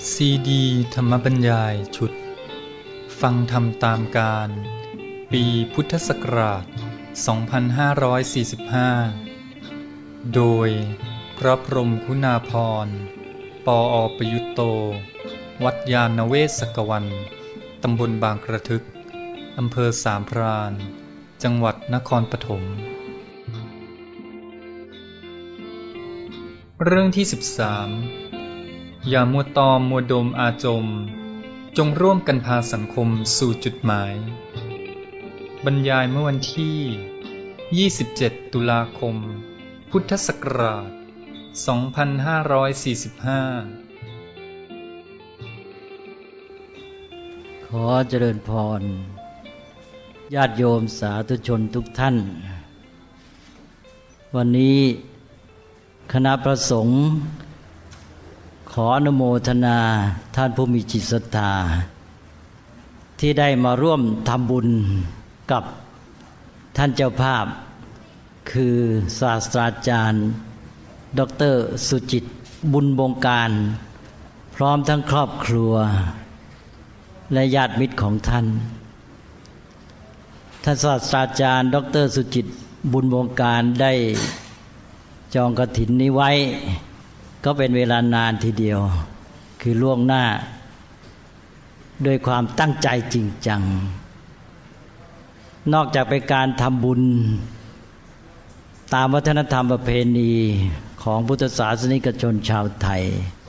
ซีดีธรรมบรรยายชุดฟังธรรมตามการปีพุทธศักราช 2545 โดยพระพรหมคุณาภรณ์ ปอ.ประยุตโต วัดยานเวศกวัน ตำบลบางกระทึก อำเภอสามพราน จังหวัดนครปฐม เรื่องที่ 13 อย่ามัวตอมมัวดมอาจมจงร่วมกันพาสังคมสู่จุดหมายบรรยายเมื่อวันที่ 27 ตุลาคม พุทธศักราช 2545 ขอเจริญพรญาติโยมสาธุชนทุกท่านวันนี้คณะพระสงฆ์ขออนุโมทนาท่านผู้มีจิตศรัทธาที่ได้มาร่วมทำบุญกับท่านเจ้าภาพคือศาสตราจารย์ดร.สุจิตต์บุญบงการพร้อมทั้งครอบครัวและญาติมิตรของท่านศาสตราจารย์ดร.สุจิตต์บุญบงการได้จองกฐินนี้ไว้ก็เป็นเวลานานทีเดียวคือล่วงหน้าด้วยความตั้งใจจริงจังนอกจากเป็นการทำบุญตามวัฒนธรรมประเพณีของพุทธศาสนิกชนชาวไทย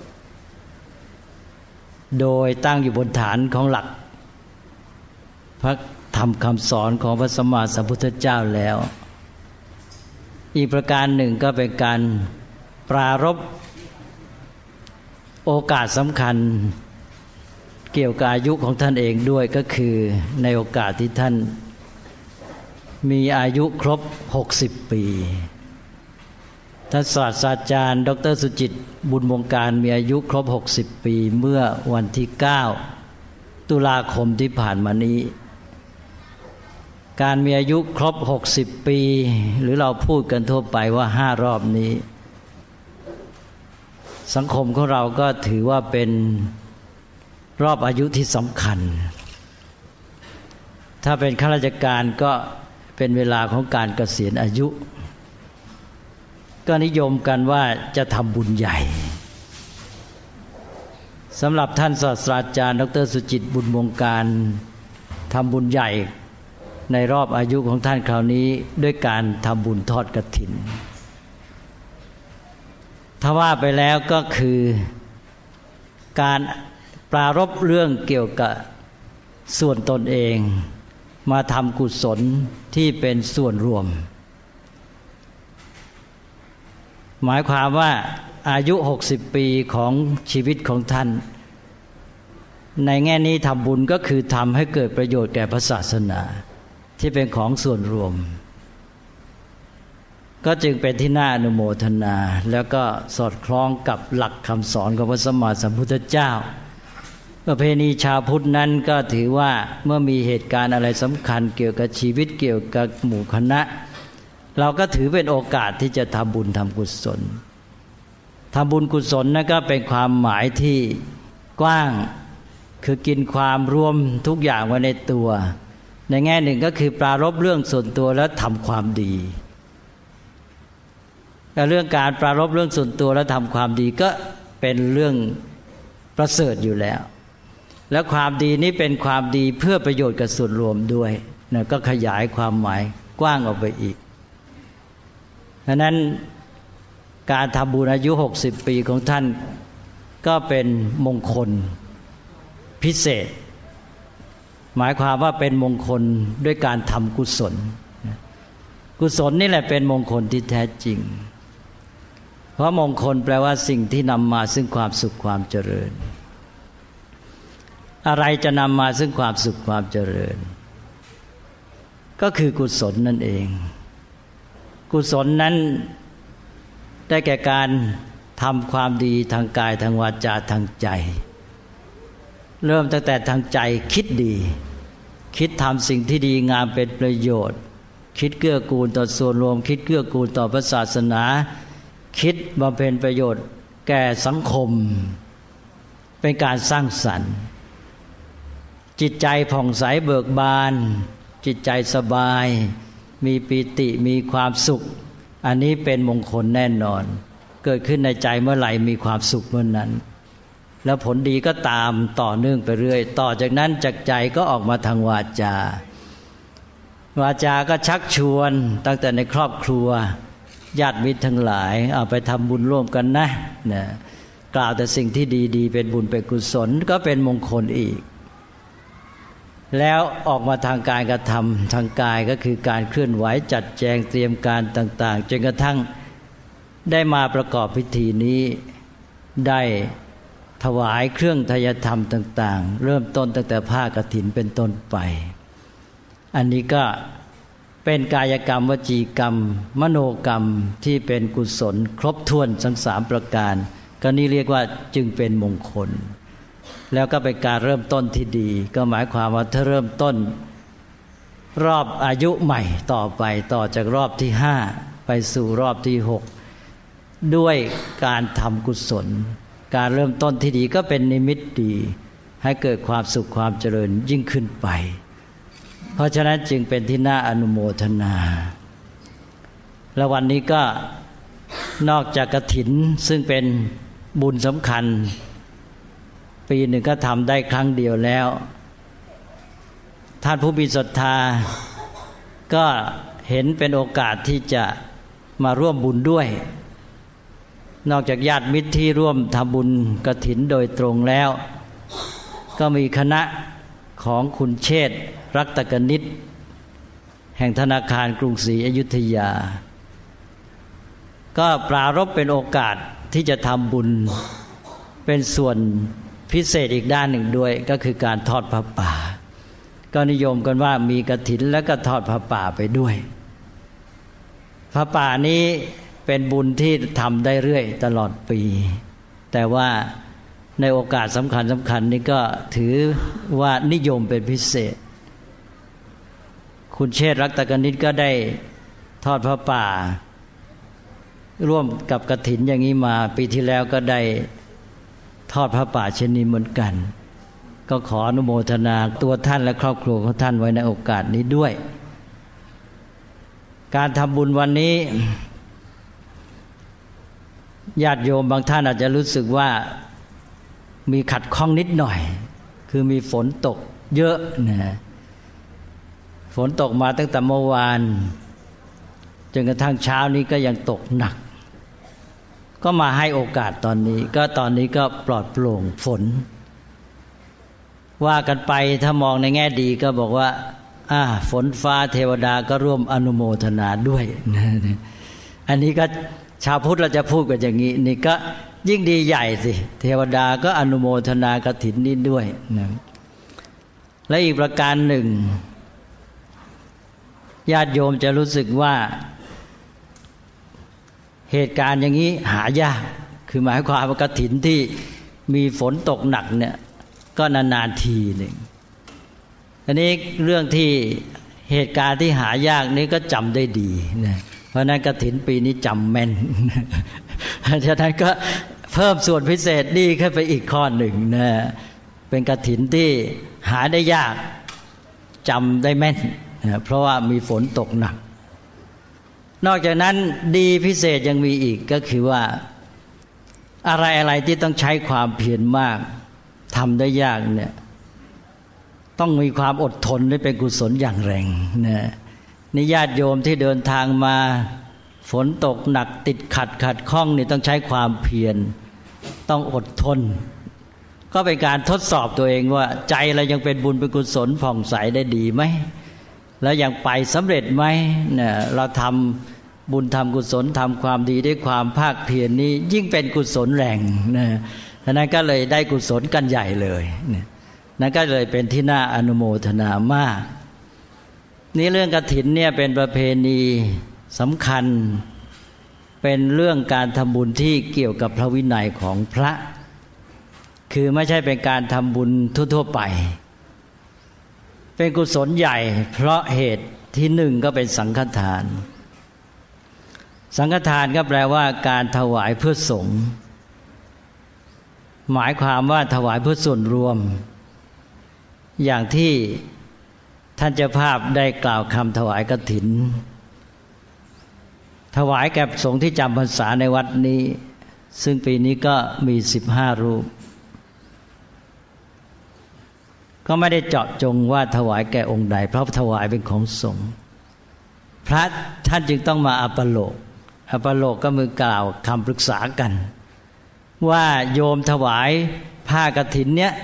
โดยตั้งอยู่บนฐานของหลักพระธรรมคำสอนของพระสัมมาสัมพุทธเจ้าแล้วอีกประการหนึ่งก็เป็นการปรารภโอกาสสำคัญเกี่ยวกับอายุของท่านเองด้วยก็คือในโอกาสที่ท่านมีอายุครบ60ปีท่านศาสตราจารย์ดร.สุจิตต์บุญบงการมีอายุครบ60ปีเมื่อวันที่9ตุลาคมที่ผ่านมานี้การมีอายุครบ60ปีหรือเราพูดกันทั่วไปว่า5รอบนี้สังคมของเราก็ถือว่าเป็นรอบอายุที่สำคัญถ้าเป็นข้าราชการก็เป็นเวลาของการเกษียณอายุก็นิยมกันว่าจะทำบุญใหญ่สำหรับท่านศาสตราจารย์ดร.สุจิตต์บุญบงการทำบุญใหญ่ในรอบอายุของท่านคราวนี้ด้วยการทำบุญทอดกฐินถ้าว่าไปแล้วก็คือการปรารภเรื่องเกี่ยวกับส่วนตนเองมาทำกุศลที่เป็นส่วนรวมหมายความว่าอายุ60ปีของชีวิตของท่านในแง่นี้ทำบุญก็คือทำให้เกิดประโยชน์แก่พระศาสนาที่เป็นของส่วนรวมก็จึงเป็นที่น่าอนุโมทนาแล้วก็สอดคล้องกับหลักคำสอนของพระสัมมาสัมพุทธเจ้าประเพณีชาวพุทธนั้นก็ถือว่าเมื่อมีเหตุการณ์อะไรสำคัญเกี่ยวกับชีวิตเกี่ยวกับหมู่คณะเราก็ถือเป็นโอกาสที่จะทำบุญทำกุศลทำบุญกุศลนั่นก็เป็นความหมายที่กว้างคือกินความรวมทุกอย่างไว้ในตัวในแง่หนึ่งก็คือปรารภเรื่องส่วนตัวแล้วทำความดีแต่เรื่องการปรารภเรื่องส่วนตัวแล้วทำความดีก็เป็นเรื่องประเสริฐอยู่แล้วแล้วความดีนี้เป็นความดีเพื่อประโยชน์กับส่วนรวมด้วยนะก็ขยายความหมายกว้างออกไปอีกฉะนั้นการทำบุญอายุ60ปีของท่านก็เป็นมงคลพิเศษหมายความว่าเป็นมงคลด้วยการทำกุศลกุศลนี่แหละเป็นมงคลที่แท้จริงเพราะมงคลแปลว่าสิ่งที่นำมาซึ่งความสุขความเจริญอะไรจะนำมาซึ่งความสุขความเจริญก็คือกุศลนั่นเองกุศลนั้นได้แก่การทำความดีทางกายทางวาจาทางใจเริ่มตั้งแต่ทางใจคิดดีคิดทำสิ่งที่ดีงามเป็นประโยชน์คิดเกื้อกูลต่อส่วนรวมคิดเกื้อกูลต่อพระศาสนาคิดบำเพ็ญประโยชน์แก่สังคมเป็นการสร้างสรรค์จิตใจผ่องใสเบิกบานจิตใจสบายมีปีติมีความสุขอันนี้เป็นมงคลแน่นอนเกิดขึ้นในใจเมื่อไหร่มีความสุขเมื่อนั้นแล้วผลดีก็ตามต่อเนื่องไปเรื่อยต่อจากนั้นจากใจก็ออกมาทางวาจาวาจาก็ชักชวนตั้งแต่ในครอบครัวญาติมิตรทั้งหลายเอาไปทำบุญร่วมกันนะกล่าวแต่สิ่งที่ดีๆเป็นบุญเป็นกุศลก็เป็นมงคลอีกแล้วออกมาทางการกระทำทางกายก็คือการเคลื่อนไหวจัดแจงเตรียมการต่างๆจนกระทั่งได้มาประกอบพิธีนี้ได้ถวายเครื่องทายธรรมต่างๆเริ่มต้นตั้งแต่ผ้ากฐินเป็นต้นไปอันนี้ก็เป็นกายกรรมวจีกรรมมโนกรรมที่เป็นกุศลครบถ้วนทั้ง3ประการก็นี่เรียกว่าจึงเป็นมงคลแล้วก็เป็นการเริ่มต้นที่ดีก็หมายความว่าถ้าเริ่มต้นรอบอายุใหม่ต่อไปต่อจากรอบที่5ไปสู่รอบที่6ด้วยการทำกุศลการเริ่มต้นที่ดีก็เป็นนิมิตดีให้เกิดความสุขความเจริญยิ่งขึ้นไปเพราะฉะนั้นจึงเป็นที่น่าอนุโมทนาและวันนี้ก็นอกจากกฐินซึ่งเป็นบุญสำคัญปีหนึ่งก็ทำได้ครั้งเดียวแล้วท่านผู้มีศรัทธาก็เห็นเป็นโอกาสที่จะมาร่วมบุญด้วยนอกจากญาติมิตรที่ร่วมทำบุญกฐินโดยตรงแล้วก็มีคณะของคุณเชษฐ์รัตกนิษฐ์แห่งธนาคารกรุงศรีอยุธยาก็ปรารภเป็นโอกาสที่จะทำบุญเป็นส่วนพิเศษอีกด้านหนึ่งด้วยก็คือการทอดผ้าป่าก็นิยมกันว่ามีกฐินแล้วก็ทอดผ้าป่าไปด้วยผ้าป่านี้เป็นบุญที่ทำได้เรื่อยตลอดปีแต่ว่าในโอกาสสำคัญนี้ก็ถือว่านิยมเป็นพิเศษคุณเชษฐ์รัตกนิษฐ์ก็ได้ทอดผ้าป่าร่วมกับกฐินอย่างนี้มาปีที่แล้วก็ได้ทอดผ้าป่าเช่นนี้เหมือนกันก็ขออนุโมทนาตัวท่านและครอบครัวของท่านไว้ในโอกาสนี้ด้วยการทำบุญวันนี้ญาติโยมบางท่านอาจจะรู้สึกว่ามีขัดข้องนิดหน่อยคือมีฝนตกเยอะนะฝนตกมาตั้งแต่เมื่อวานจนกระทั่งเช้านี้ก็ยังตกหนักก็มาให้โอกาสตอนนี้ก็ปลอดโปร่งฝนว่ากันไปถ้ามองในแง่ดีก็บอกว่าฝนฟ้าเทวดาก็ร่วมอนุโมทนาด้วยอันนี้ก็ชาวพุทธเราจะพูดกันอย่างนี้นี่ก็ยิ่งดีใหญ่สิเทวดาก็อนุโมทนากฐินนี้ด้วยนะและอีกประการหนึ่งญาติโยมจะรู้สึกว่าเหตุการณ์อย่างนี้หายากคือหมายความว่ากฐินที่มีฝนตกหนักเนี่ยก็นานๆทีหนึ่งอันนี้เรื่องที่เหตุการณ์ที่หายากนี้ก็จำได้ดีนะเพราะนั้นกฐินปีนี้จำแม่นฉะนั้นก็เพิ่มส่วนพิเศษนี่ขึ้นไปอีกข้อหนึ่งนะเป็นกฐินที่หาได้ยากจำได้แม่นนะเพราะว่ามีฝนตกหนักนอกจากนั้นดีพิเศษยังมีอีกก็คือว่าอะไรที่ต้องใช้ความเพียรมากทำได้ยากเนี่ยต้องมีความอดทนและเป็นกุศลอย่างแรงนะนี่ญาติโยมที่เดินทางมาฝนตกหนักติดขัดข้องนี่ต้องใช้ความเพียรต้องอดทนก็เป็นการทดสอบตัวเองว่าใจเรายังเป็นบุญเป็นกุศลผ่องใสได้ดีไหมแล้วยังไปสำเร็จไหมเนี่ยเราทำบุญทำกุศลทำความดีด้วยความภาคเพียรนี้ยิ่งเป็นกุศลแรงนะฉะนั้นก็เลยได้กุศลกันใหญ่เลยนั่นก็เลยเป็นที่น่าอนุโมทนามากนี่เรื่องกฐินเนี่ยเป็นประเพณีสำคัญเป็นเรื่องการทำบุญที่เกี่ยวกับพระวินัยของพระคือไม่ใช่เป็นการทำบุญทั่วๆไปเป็นกุศลใหญ่เพราะเหตุที่หนึ่งก็เป็นสังฆทานสังฆทานก็แปลว่าการถวายเพื่อสงฆ์หมายความว่าถวายเพื่อส่วนรวมอย่างที่ท่านเจ้าภาพได้กล่าวคำถวายกฐินถวายแก่สงฆ์ที่จำพรรษาในวัดนี้ซึ่งปีนี้ก็มี15 รูปก็ไม่ได้เจาะจงว่าถวายแก่องค์ใดเพราะถวายเป็นของสงฆ์พระท่านจึงต้องมาอัปโลกก็มือกล่าวคำปรึกษากันว่าโยมถวายผ้ากฐินเนี้ย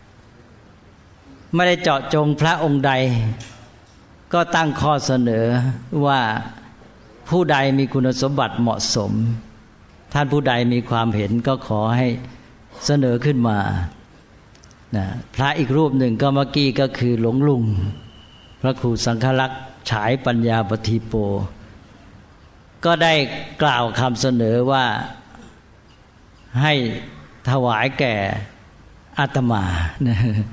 ไม่ได้เจาะจงพระองค์ใดก็ตั้งข้อเสนอว่าผู้ใดมีคุณสมบัติเหมาะสมท่านผู้ใดมีความเห็นก็ขอให้เสนอขึ้นมานะพระอีกรูปหนึ่งก็เมื่อกี้ก็คือหลวงลุงพระครูสังฆลักษณ์ฉายปัญญาปฏิโปก็ได้กล่าวคำเสนอว่าให้ถวายแก่อาตมานะ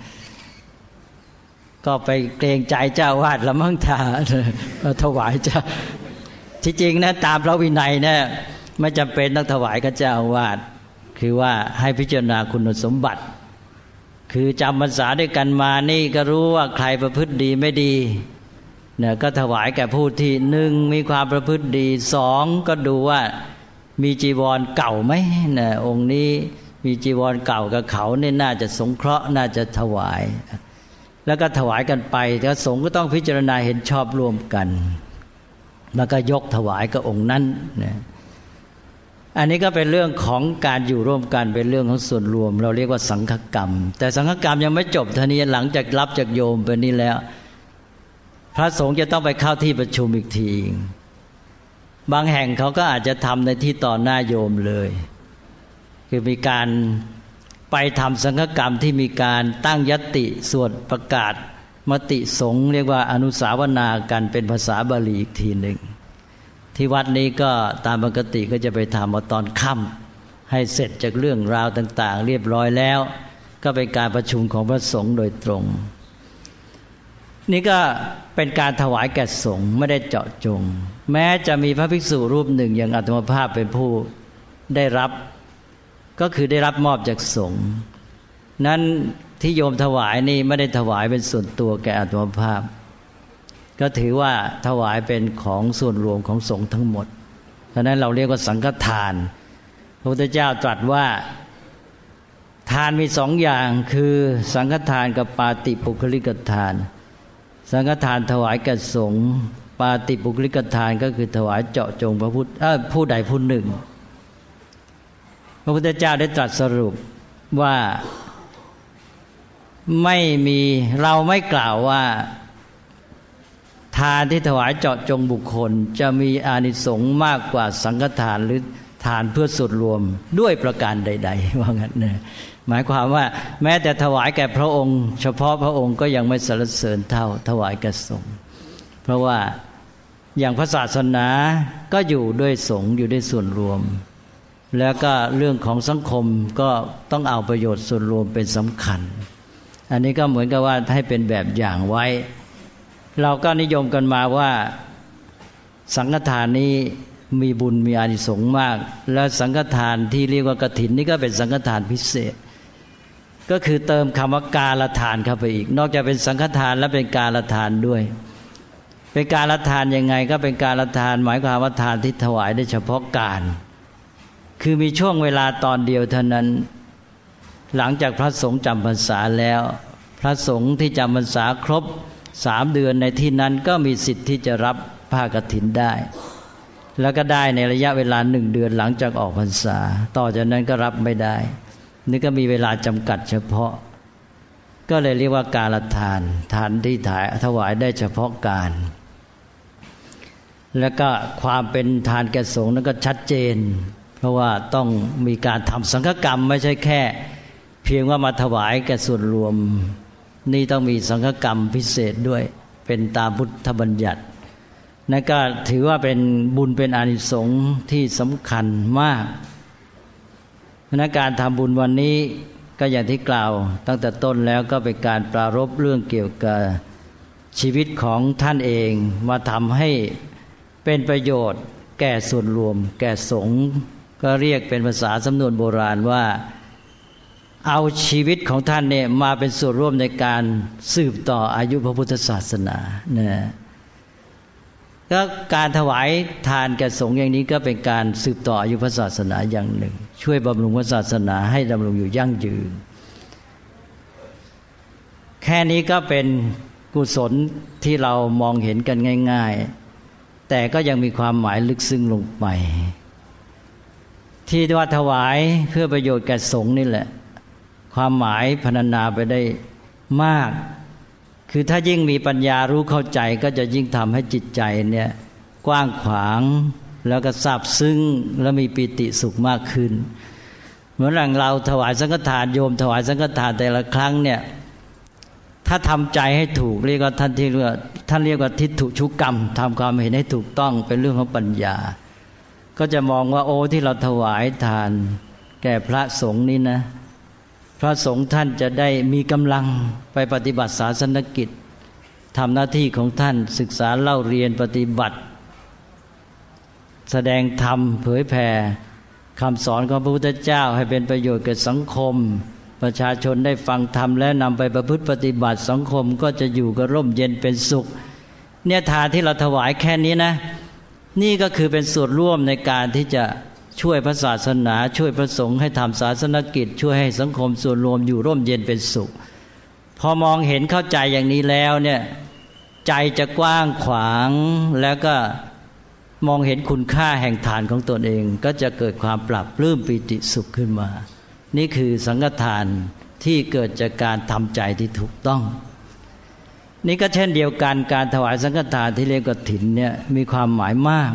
ก็ไปเกรงใจเจ้าวาดละมั่งท่าถวายเจ้าที่จริงนะตามพระวินัยเนี่ยไม่จำเป็นต้องถวายกับเจ้าวาดคือว่าให้พิจารณาคุณสมบัติคือจำพรรษาด้วยกันมานี่ก็รู้ว่าใครประพฤติดีไม่ดีเนี่ยก็ถวายแก่ผู้ที่1มีความประพฤติดี2ก็ดูว่ามีจีวรเก่าไหมเนี่ยองค์นี้มีจีวรเก่ากับเขาเนี่ยน่าจะสงเคราะห์น่าจะถวายแล้วก็ถวายกันไปแต่สงฆ์ก็ต้องพิจารณาเห็นชอบร่วมกันแล้วก็ยกถวายกับองค์นั้นนะอันนี้ก็เป็นเรื่องของการอยู่ร่วมกันเป็นเรื่องของส่วนรวมเราเรียกว่าสังฆกรรมแต่สังฆกรรมยังไม่จบเท่านี้หลังจากรับจากโยมไปนี้แล้วพระสงฆ์จะต้องไปเข้าที่ประชุมอีกทีบางแห่งเขาก็อาจจะทำในที่ต่อหน้าโยมเลยคือมีการไปทำสังฆกรรมที่มีการตั้งญัตติสวดประกาศมติสงฆ์เรียกว่าอนุสาวนากันเป็นภาษาบาลีอีกทีหนึ่งที่วัดนี้ก็ตามปกติก็จะไปทำมาตอนค่ำให้เสร็จจากเรื่องราวต่างๆเรียบร้อยแล้วก็เป็นการประชุมของพระสงฆ์โดยตรงนี่ก็เป็นการถวายแก่สงฆ์ไม่ได้เจาะจงแม้จะมีพระภิกษุรูปหนึ่งอย่างอาตมาภาพเป็นผู้ได้รับก็คือได้รับมอบจากสงฆ์นั้นที่โยมถวายนี่ไม่ได้ถวายเป็นส่วนตัวแก่อาตมาภาพก็ถือว่าถวายเป็นของส่วนรวมของสงฆ์ทั้งหมดเพราะนั้นเราเรียกว่าสังฆทานพระพุทธเจ้าตรัสว่าทานมี2 อย่างคือสังฆทานกับปาติปุคลิกทานสังฆทานถวายแก่สงฆ์ปาติปุคลิกทานก็คือถวายเจาะจงผู้ใดผู้หนึ่งพระพุทธเจ้าได้ตรัสสรุปว่าไม่มีเราไม่กล่าวว่าทานที่ถวายเจาะจงบุคคลจะมีอานิสงส์มากกว่าสังฆทานหรือทานเพื่อส่วนรวมด้วยประการใดๆว่างั้นนะหมายความว่าแม้แต่ถวายแก่พระองค์เฉพาะพระองค์ก็ยังไม่สรรเสริญเท่าถวายแก่สงฆ์เพราะว่าอย่างพระศาสนาก็อยู่ด้วยสงฆ์อยู่ด้วยส่วนรวมแล้วก็เรื่องของสังคมก็ต้องเอาประโยชน์ส่วนรวมเป็นสำคัญอันนี้ก็เหมือนกับว่าให้เป็นแบบอย่างไว้เราก็นิยมกันมาว่าสังฆทานนี้มีบุญมีอานิสงส์มากและสังฆทานที่เรียกว่ากฐินนี่ก็เป็นสังฆทานพิเศษก็คือเติมคำว่ากาลทานเข้าไปอีกนอกจากเป็นสังฆทานและเป็นกาลทานด้วยเป็นกาลทานยังไงก็เป็นกาลทานหมายความว่าทานที่ถวายได้เฉพาะการคือมีช่วงเวลาตอนเดียวเท่านั้นหลังจากพระสงฆ์จำพรรษาแล้วพระสงฆ์ที่จำพรรษาครบ3 เดือนในที่นั้นก็มีสิทธิ์ที่จะรับผ้ากฐินได้แล้วก็ได้ในระยะเวลา1 เดือนหลังจากออกพรรษาต่อจากนั้นก็รับไม่ได้นี่ก็มีเวลาจำกัดเฉพาะก็เลยเรียกว่ากาลทานทานที่ถวายได้เฉพาะการแล้วก็ความเป็นทานแก่สงฆ์นั้นก็ชัดเจนเพราะว่าต้องมีการทำสังฆกรรมไม่ใช่แค่เพียงว่ามาถวายแก่ส่วนรวมนี่ต้องมีสังฆกรรมพิเศษด้วยเป็นตามพุทธบัญญัตินั่นก็ถือว่าเป็นบุญเป็นอานิสงส์ที่สำคัญมากในการทำบุญวันนี้ก็อย่างที่กล่าวตั้งแต่ต้นแล้วก็เป็นการปรารภเรื่องเกี่ยวกับชีวิตของท่านเองมาทำให้เป็นประโยชน์แก่ส่วนรวมแก่สงฆ์ก็เรียกเป็นภาษาสำนวนโบราณว่าเอาชีวิตของท่านเนี่ยมาเป็นส่วนร่วมในการสืบต่ออายุพระพุทธศาสนานะก็การถวายทานแก่สงฆ์อย่างนี้ก็เป็นการสืบต่ออายุพระศาสนาอย่างหนึ่งช่วยบำรุงพระศาสนาให้ดำรงอยู่ยั่งยืนแค่นี้ก็เป็นกุศลที่เรามองเห็นกันง่ายๆแต่ก็ยังมีความหมายลึกซึ้งลงไปที่ว่าถวายเพื่อประโยชน์แก่สงฆ์นี่แหละความหมายพรรณนาไปได้มากคือถ้ายิ่งมีปัญญารู้เข้าใจก็จะยิ่งทำให้จิตใจเนี่ยกว้างขวางแล้วก็ซาบซึ้งและมีปิติสุขมากขึ้นเหมือนอย่างเราถวายสังฆทานโยมถวายสังฆทานแต่ละครั้งเนี่ยถ้าทำใจให้ถูกเรียกว่าท่านเรียกว่าทิฏฐุชุกรรมทำความเห็นให้ถูกต้องเป็นเรื่องของปัญญาก็จะมองว่าโอ้ที่เราถวายทานแก่พระสงฆ์นี่นะพระสงฆ์ท่านจะได้มีกำลังไปปฏิบัติศาสนกิจทำหน้าที่ของท่านศึกษาเล่าเรียนปฏิบัติแสดงธรรมเผยแผ่คำสอนของพระพุทธเจ้าให้เป็นประโยชน์แก่สังคมประชาชนได้ฟังธรรมและนำไปประพฤติปฏิบัติสังคมก็จะอยู่กับร่มเย็นเป็นสุขเนี่ยทานที่เราถวายแค่นี้นะนี่ก็คือเป็นส่วนร่วมในการที่จะช่วยพระศาสนาช่วยพระสงฆ์ให้ทำศาสนกิจช่วยให้สังคมส่วนรวมอยู่ร่มเย็นเป็นสุขพอมองเห็นเข้าใจอย่างนี้แล้วเนี่ยใจจะกว้างขวางแล้วก็มองเห็นคุณค่าแห่งทานของตนเองก็จะเกิดความปรับปลื้มปิติสุขขึ้นมานี่คือสังฆทานที่เกิดจากการทำใจที่ถูกต้องนี่ก็เช่นเดียวกันการถวายสังฆทานที่เรียกกฐินเนี่ยมีความหมายมาก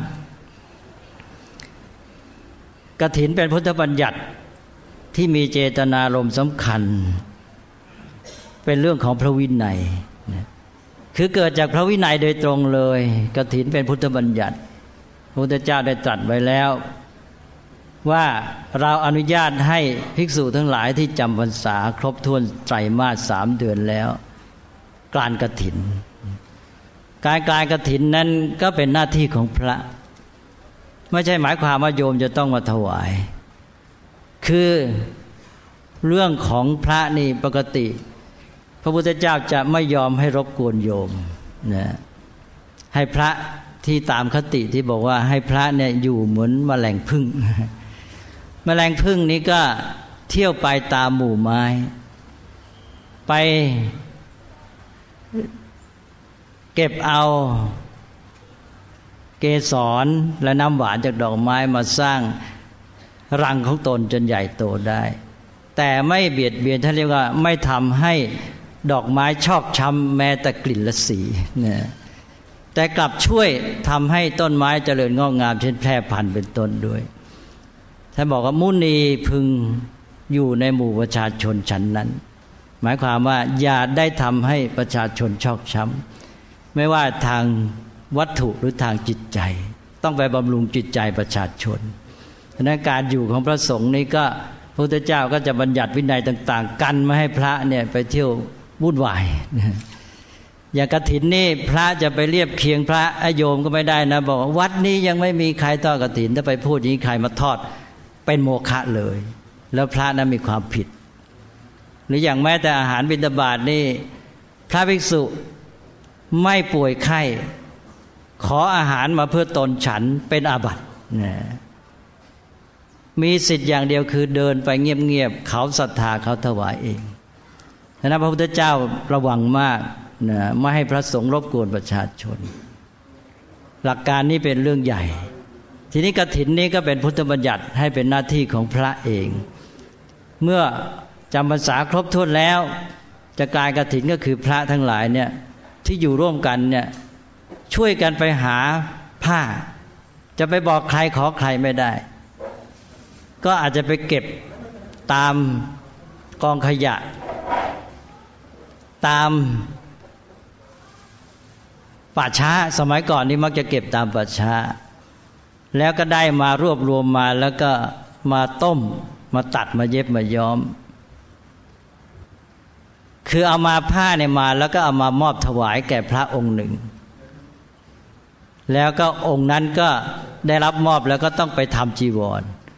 กฐินเป็นพุทธบัญญัติที่มีเจตนารมณ์สำคัญเป็นเรื่องของพระวินัยคือเกิดจากพระวินัยโดยตรงเลยกฐินเป็นพุทธบัญญัติพระพุทธเจ้าได้ตรัสไว้แล้วว่าเราอนุญาตให้ภิกษุทั้งหลายที่จำพรรษาครบถ้วนไตรมาส3 เดือนแล้วกลานกฐินการกลานกฐินนั้นก็เป็นหน้าที่ของพระไม่ใช่หมายความว่าโยมจะต้องมาถวายคือเรื่องของพระนี่ปกติพระพุทธเจ้าจะไม่ยอมให้รบกวนโยมนะให้พระที่ตามคติที่บอกว่าให้พระเนี่ยอยู่เหมือนแมลงผึ้งแมลงผึ้งนี้ก็เที่ยวไปตามหมู่ไม้ไปเก็บเอาเกสรและน้ำหวานจากดอกไม้มาสร้างรังของตนจนใหญ่โตได้แต่ไม่เบียดเบียนท่านเรียกว่าไม่ทำให้ดอกไม้ชอกช้ำแม้แต่กลิ่นและสีเนี่ยแต่กลับช่วยทำให้ต้นไม้เจริญงอกงามเช่นแพร่พันธุ์เป็นต้นด้วยท่านบอกว่ามุนีพึงอยู่ในหมู่ประชาชนฉันนั้นหมายความว่าอย่าได้ทำให้ประชาชนชอกช้ำไม่ว่าทางวัตถุหรือทางจิตใจต้องไปบำรุงจิตใจประชาชนฉะนั้นการอยู่ของพระสงฆ์นี่ก็พระพุทธเจ้าก็จะบัญญัติวินัยต่างๆกันไม่ให้พระเนี่ยไปเที่ยววุ่นวายอย่างกฐินนี่พระจะไปเรียบเคียงพระโยมก็ไม่ได้นะบอกวัดนี้ยังไม่มีใครทอดกฐินถ้าไปพูดอย่างนี้ใครมาทอดเป็นโมฆะเลยแล้วพระนั้นมีความผิดหรืออย่างแม้แต่อาหารบิณฑบาตนี่พระภิกษุไม่ป่วยไข้ขออาหารมาเพื่อตนฉันเป็นอาบัติมีสิทธิ์อย่างเดียวคือเดินไปเงียบๆเขาศรัทธาเขาถวายเองฉะนั้นพระพุทธเจ้าระวังมากนะไม่ให้พระสงฆ์รบกวนประชาชนหลักการนี้เป็นเรื่องใหญ่ทีนี้กฐินนี้ก็เป็นพุทธบัญญัติให้เป็นหน้าที่ของพระเองเมื่อจำพรรษาครบถ้วนแล้วจะกลายกฐินก็คือพระทั้งหลายเนี่ยที่อยู่ร่วมกันเนี่ยช่วยกันไปหาผ้าจะไปบอกใครขอใครไม่ได้ก็อาจจะไปเก็บตามกองขยะตามป่าช้าสมัยก่อนนี่มักจะเก็บตามป่าช้าแล้วก็ได้มารวบรวมมาแล้วก็มาต้มมาตัดมาเย็บมาย้อมคือเอามาผ้าเนี่ยมาแล้วก็เอามามอบถวายแก่พระองค์หนึ่งแล้วก็องค์นั้นก็ได้รับมอบแล้วก็ต้องไปทำจีวร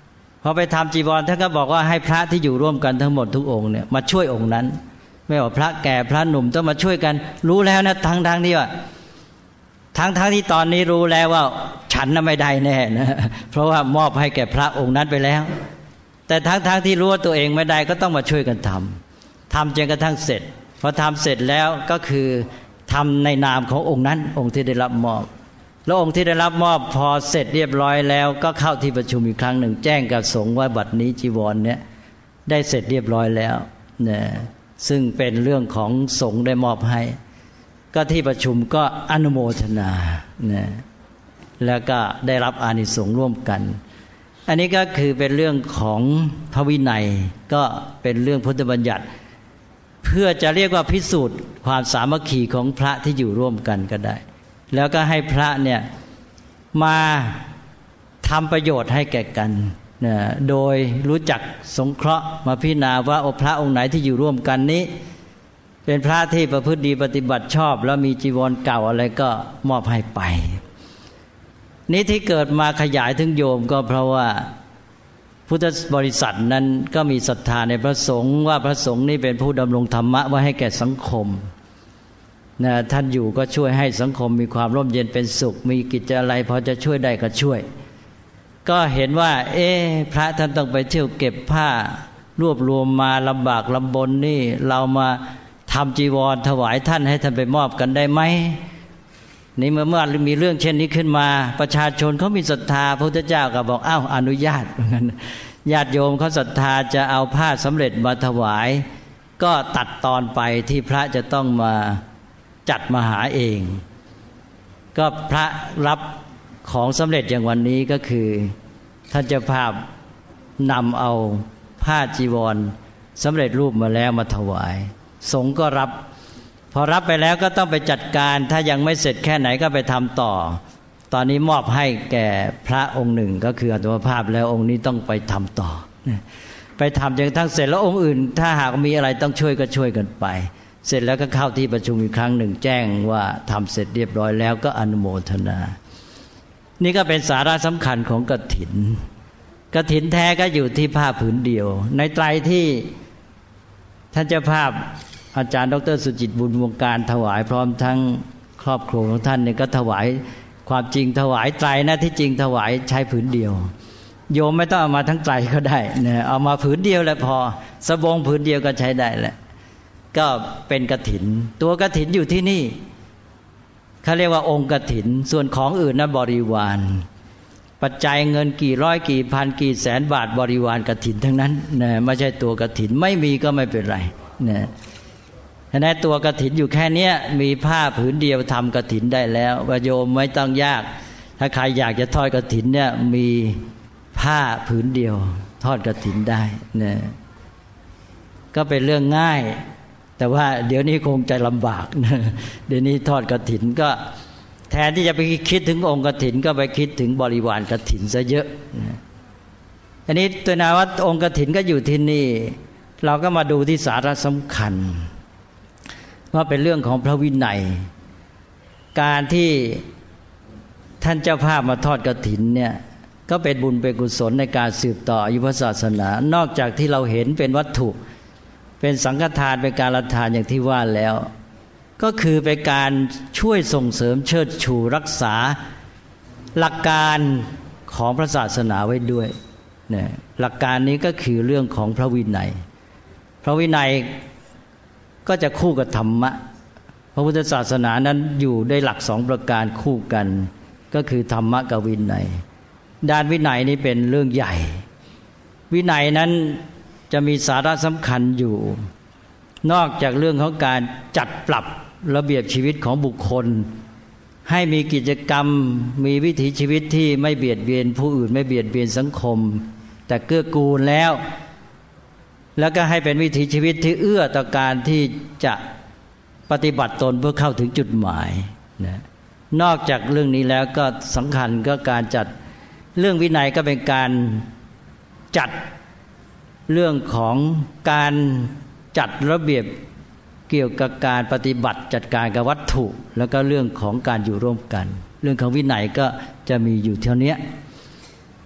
พอไปทำจีวรท่านก็บอกว่าให้พระที่อยู่ร่วมกันทั้งหมดทุกองค์เนี่ยมาช่วยองค์นั้นไม่ว่าพระแก่พระหนุ่มต้องมาช่วยกันรู้แล้วนะทั้งที่ว่าทั้งที่ตอนนี้รู้แล้วว่าฉันน่ะไม่ได้แน่นะเพราะว่ามอบให้แก่พระองค์นั้นไปแล้วแต่ทั้งที่รู้ว่าตัวเองไม่ได้ก็ต้องมาช่วยกันทำจนกระทั่งเสร็จพอทำเสร็จแล้วก็คือทำในนามขององค์นั้นองค์ที่ได้รับมอบแล้วองค์ที่ได้รับมอบพอเสร็จเรียบร้อยแล้วก็เข้าที่ประชุมอีกครั้งหนึ่งแจ้งกับสงฆ์ว่าบัดนี้จีวรเนี่ยได้เสร็จเรียบร้อยแล้วนะซึ่งเป็นเรื่องของสงฆ์ได้มอบให้ก็ที่ประชุมก็อนุโมทนานะแล้วก็ได้รับอานิสงส์ร่วมกันอันนี้ก็คือเป็นเรื่องของพระวินัยก็เป็นเรื่องพุทธบัญญัติเพื่อจะเรียกว่าพิสูจน์ความสามัคคีของพระที่อยู่ร่วมกันก็ได้แล้วก็ให้พระเนี่ยมาทำประโยชน์ให้แก่กันนะโดยรู้จักสงเคราะห์มาพิจารณาว่าพระองค์ไหนที่อยู่ร่วมกันนี้เป็นพระที่ประพฤติดีปฏิบัติชอบแล้วมีจีวรเก่าอะไรก็มอบให้ไปนี้ที่เกิดมาขยายถึงโยมก็เพราะว่าพุทธบริษัทนั้นก็มีศรัทธาในพระสงฆ์ว่าพระสงฆ์นี่เป็นผู้ดำรงธรรมะไว้ให้แก่สังคมนะท่านอยู่ก็ช่วยให้สังคมมีความร่มเย็นเป็นสุขมีกิจอะไรพอจะช่วยได้ก็ช่วยก็เห็นว่าพระท่านต้องไปเที่ยวเก็บผ้ารวบรวมมาลำบากลำบนนี่เรามาทำจีวรถวายท่านให้ท่านไปมอบกันได้ไหมนี่เมื่อมีเรื่องเช่นนี้ขึ้นมาประชาชนเขามีศรัทธาพระพุทธเจ้าก็บอกอนุญาตญาติโยมเขาศรัทธาจะเอาผ้าสำเร็จมาถวายก็ตัดตอนไปที่พระจะต้องมาจัดมาหาเองก็พระรับของสำเร็จอย่างวันนี้ก็คือท่านเจ้าภาพนำเอาผ้าจีวรสำเร็จรูปมาแล้วมาถวายสงฆ์ก็รับพอรับไปแล้วก็ต้องไปจัดการถ้ายังไม่เสร็จแค่ไหนก็ไปทำต่อตอนนี้มอบให้แก่พระองค์หนึ่งก็คืออัตมภาพแล้วองค์นี้ต้องไปทำต่อไปทำจนทั้งเสร็จแล้วองค์อื่นถ้าหากมีอะไรต้องช่วยก็ช่วยกันไปเสร็จแล้วก็เข้าที่ประชุมอีกครั้งหนึ่งแจ้งว่าทำเสร็จเรียบร้อยแล้วก็อนุโมทนานี่ก็เป็นสาระสำคัญของกฐินแท้ก็อยู่ที่ผ้าผืนเดียวในไตรที่ท่านเจ้าภาพอาจารย์ดร.สุจิตบุญวงการถวายพร้อมทั้งครอบครัวของท่านเนี่ยก็ถวายความจริงถวายไตรนะที่จริงถวายใช้ผืนเดียวโยมไม่ต้องเอามาทั้งไตรก็ได้นะเอามาผืนเดียวแล้วพอสบงผืนเดียวก็ใช้ได้แหละก็เป็นกฐินตัวกฐินอยู่ที่นี่เขาเรียกว่าองค์กฐินส่วนของอื่นนั้นบริวารปัจจัยเงินกี่ร้อยกี่พันกี่แสนบาทบริวารกฐินทั้งนั้นนะไม่ใช่ตัวกฐินไม่มีก็ไม่เป็นไรนะฉะนั้นตัวกฐินอยู่แค่นี้มีผ้าผืนเดียวทำกฐินได้แล้วโยมไม่ต้องยากถ้าใครอยากจะทอดกฐินเนี่ยมีผ้าผืนเดียวทอดกฐินได้นะก็เป็นเรื่องง่ายแต่ว่าเดี๋ยวนี้คงจะลำบากนะเดี๋ยวนี้ทอดกฐินก็แทนที่จะไปคิดถึงองค์กฐินก็ไปคิดถึงบริวารกฐินซะเยอะนะอันนี้ตัวนาว่าองค์กฐินก็อยู่ที่นี่เราก็มาดูที่สาระสำคัญว่าเป็นเรื่องของพระวินัยการที่ท่านเจ้าภาพมาทอดกฐินเนี่ยก็เป็นบุญเป็นกุศลในการสืบต่ออายุพระศาสนานอกจากที่เราเห็นเป็นวัตถุเป็นสังฆทานเป็นการละทานอย่างที่ว่าแล้วก็คือเป็นการช่วยส่งเสริมเชิดชูรักษาหลักการของพระศาสนาไว้ด้วยเนี่ยหลักการนี้ก็คือเรื่องของพระวินัยพระวินัยก็จะคู่กับธรรมะพระพุทธศาสนานั้นอยู่ด้วยหลักสองประการคู่กันก็คือธรรมะกับวินัยด้านวินัยนี้เป็นเรื่องใหญ่วินัยนั้นจะมีสาระสำคัญอยู่นอกจากเรื่องของการจัดปรับระเบียบชีวิตของบุคคลให้มีกิจกรรมมีวิถีชีวิตที่ไม่เบียดเบียนผู้อื่นไม่เบียดเบียนสังคมแต่เกื้อกูลแล้วก็ให้เป็นวิถีชีวิตที่เอื้อต่อการที่จะปฏิบัติตนเพื่อเข้าถึงจุดหมายนะนอกจากเรื่องนี้แล้วก็สำคัญก็การจัดเรื่องวินัยก็เป็นการจัดเรื่องของการจัดระเบียบเกี่ยวกับการปฏิบัติจัดการกับวัตถุแล้วก็เรื่องของการอยู่ร่วมกันเรื่องของวินัยก็จะมีอยู่เท่านี้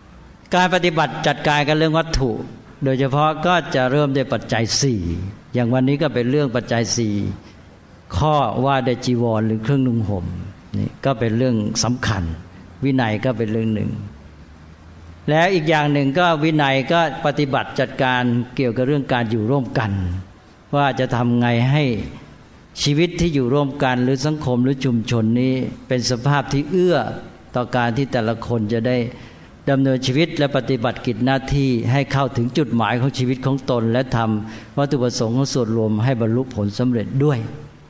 การปฏิบัติจัดการกับเรื่องวัตถุโดยเฉพาะก็จะเริ่มด้วยปัจจัย4อย่างวันนี้ก็เป็นเรื่องปัจจัย4ข้อว่าได้จีวรหรือเครื่องนุ่งห่มนี่ก็เป็นเรื่องสำคัญวินัยก็เป็นเรื่องหนึ่งแล้วอีกอย่างหนึ่งก็วินัยก็ปฏิบัติจัดการเกี่ยวกับเรื่องการอยู่ร่วมกันว่าจะทำไงให้ชีวิตที่อยู่ร่วมกันหรือสังคมหรือชุมชนนี้เป็นสภาพที่เอื้อต่อการที่แต่ละคนจะได้ดำเนินชีวิตและปฏิบัติกิจหน้าที่ให้เข้าถึงจุดหมายของชีวิตของตนและทำวัตถุประสงค์ของส่วนรวมให้บรรลุผลสำเร็จด้วย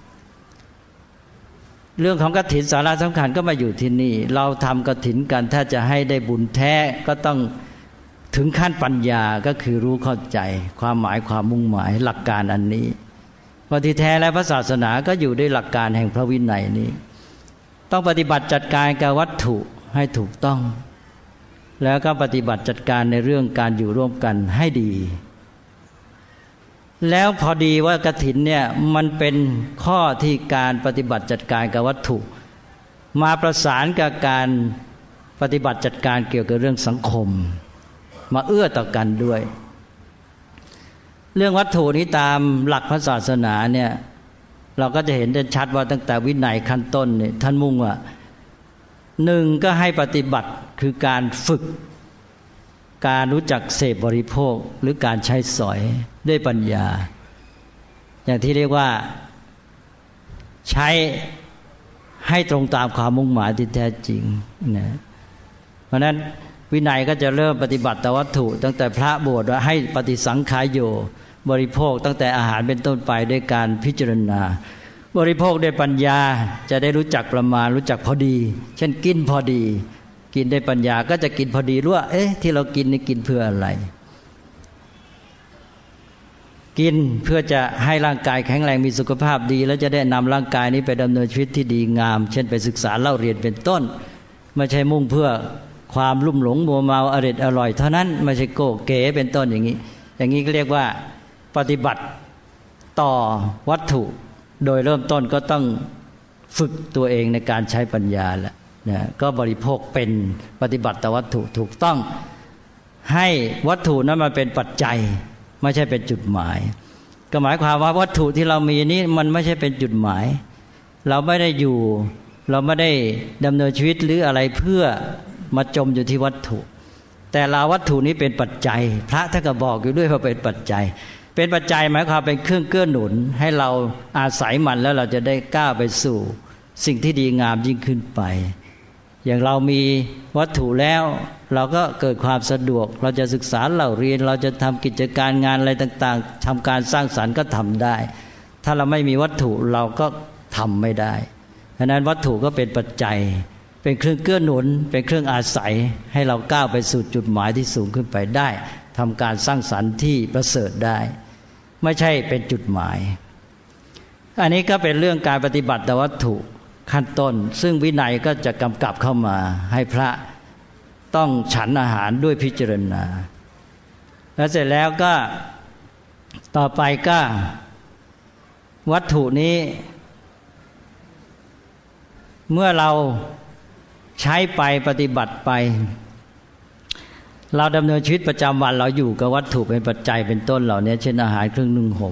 เรื่องของกฐินสาระสำคัญก็มาอยู่ที่นี่เราทำกฐินกันถ้าจะให้ได้บุญแท้ก็ต้องถึงขั้นปัญญาก็คือรู้เข้าใจความหมายความมุ่งหมายหลักการอันนี้ว่าที่แท้และพระศาสนาก็อยู่ด้วยหลักการแห่งพระวินัยนี้ต้องปฏิบัติจัดการกับวัตถุให้ถูกต้องแล้วก็ปฏิบัติจัดการในเรื่องการอยู่ร่วมกันให้ดีแล้วพอดีว่ากฐินเนี่ยมันเป็นข้อที่การปฏิบัติจัดการกับวัตถุมาประสานกับการปฏิบัติจัดการเกี่ยวกับเรื่องสังคมมาเอื้อต่อกันด้วยเรื่องวัตถุนี้ตามหลักพระศาสนาเนี่ยเราก็จะเห็นได้ชัดว่าตั้งแต่วินัยขั้นต้นเนี่ยท่านมุ่งว่าหนึ่งก็ให้ปฏิบัติคือการฝึกการรู้จักเสพบริโภคหรือการใช้สอยด้วยปัญญาอย่างที่เรียกว่าใช้ให้ตรงตามความมุ่งหมายที่แท้จริงนะเพราะนั้นวินัยก็จะเริ่มปฏิบัติต่อวัตถุตั้งแต่พระบวชว่าให้ปฏิสังขายโยบริโภคตั้งแต่อาหารเป็นต้นไปด้วยการพิจารณาบริโภคด้วยปัญญาจะได้รู้จักประมาณรู้จักพอดีเช่นกินพอดีกินได้ปัญญาก็จะกินพอดีรู้ว่าที่เรากินนี่กินเพื่ออะไรกินเพื่อจะให้ร่างกายแข็งแรงมีสุขภาพดีแล้วจะได้นำร่างกายนี้ไปดำเนินชีวิตที่ดีงามเช่นไปศึกษาเล่าเรียนเป็นต้นไม่ใช่มุ่งเพื่อความลุ่มหลงมัวเมาอร่อยเท่านั้นไม่ใช่โก้เก๋เป็นต้นอย่างนี้ก็เรียกว่าปฏิบัติต่อวัตถุโดยเริ่มต้นก็ต้องฝึกตัวเองในการใช้ปัญญาแล้วนะก็บริโภคเป็นปฏิบัติต่อวัตถุถูกต้องให้วัตถุนั้นมาเป็นปัจจัยไม่ใช่เป็นจุดหมายก็หมายความว่าวัตถุที่เรามีนี้มันไม่ใช่เป็นจุดหมายเราไม่ได้อยู่เราไม่ได้ดำเนินชีวิตหรืออะไรเพื่อมาจมอยู่ที่วัตถุแต่เราวัตถุนี้เป็นปัจจัยพระท่านก็บอกอยู่ด้วยว่าเป็นปัจจัยเป็นปัจจัยหมายความเป็นเครื่องเกื้อหนุนให้เราอาศัยมันแล้วเราจะได้ก้าวไปสู่สิ่งที่ดีงามยิ่งขึ้นไปอย่างเรามีวัตถุแล้วเราก็เกิดความสะดวกเราจะศึกษาเล่าเรียนเราจะทำกิจการงานอะไรต่างๆทำการสร้างสรรค์ก็ทำได้ถ้าเราไม่มีวัตถุเราก็ทำไม่ได้เพราะนั้นวัตถุก็เป็นปัจจัยเป็นเครื่องเกื้อหนุนเป็นเครื่องอาศัยให้เราก้าวไปสู่จุดหมายที่สูงขึ้นไปได้ทำการสร้างสรรค์ที่ประเสริฐได้ไม่ใช่เป็นจุดหมายอันนี้ก็เป็นเรื่องการปฏิบัติต่อวัตถุขั้นต้นซึ่งวินัยก็จะกำกับเข้ามาให้พระต้องฉันอาหารด้วยพิจารณาแล้วเสร็จแล้วก็ต่อไปก็วัตถุนี้เมื่อเราใช้ไปปฏิบัติไปเราดำเนินชีวิตประจำวันเราอยู่กับวัตถุเป็นปัจจัยเป็นต้นเหล่านี้เช่นอาหารเครื่องนุ่งห่ม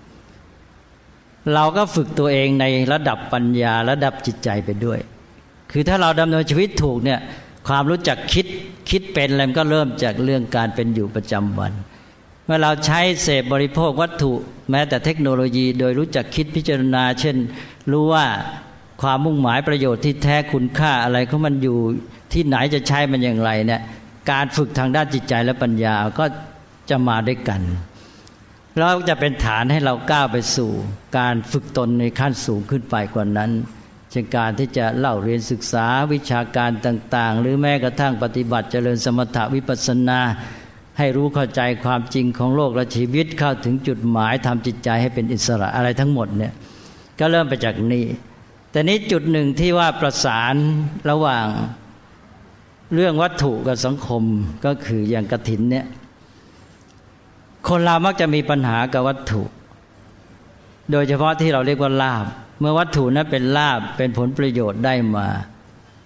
เราก็ฝึกตัวเองในระดับปัญญาระดับจิตใจไปด้วยคือถ้าเราดำเนินชีวิตถูกเนี่ยความรู้จักคิดเป็นอะไรมันก็เริ่มจากเรื่องการเป็นอยู่ประจำวันเมื่อเราใช้เสพบริโภควัตถุแม้แต่เทคโนโลยีโดยรู้จักคิดพิจารณาเช่นรู้ว่าความมุ่งหมายประโยชน์ที่แท้คุณค่าอะไรของมันอยู่ที่ไหนจะใช้มันอย่างไรเนี่ยการฝึกทางด้านจิตใจและปัญญาก็จะมาด้วยกันแล้วจะเป็นฐานให้เราก้าวไปสู่การฝึกตนในขั้นสูงขึ้นไปกว่านั้นเช่นการที่จะเล่าเรียนศึกษาวิชาการต่างๆหรือแม้กระทั่งปฏิบัติเจริญสมถะวิปัสสนาให้รู้เข้าใจความจริงของโลกและชีวิตเข้าถึงจุดหมายทำจิตใจให้เป็นอิสระอะไรทั้งหมดเนี่ยก็เริ่มไปจากนี้แต่นี้จุดหนึ่งที่ว่าประสานระหว่างเรื่องวัตถุกับสังคมก็คืออย่างกฐินเนี่ยคนเรามักจะมีปัญหากับวัตถุโดยเฉพาะที่เราเรียกว่าลาภเมื่อวัตถุนั้นเป็นลาภเป็นผลประโยชน์ได้มา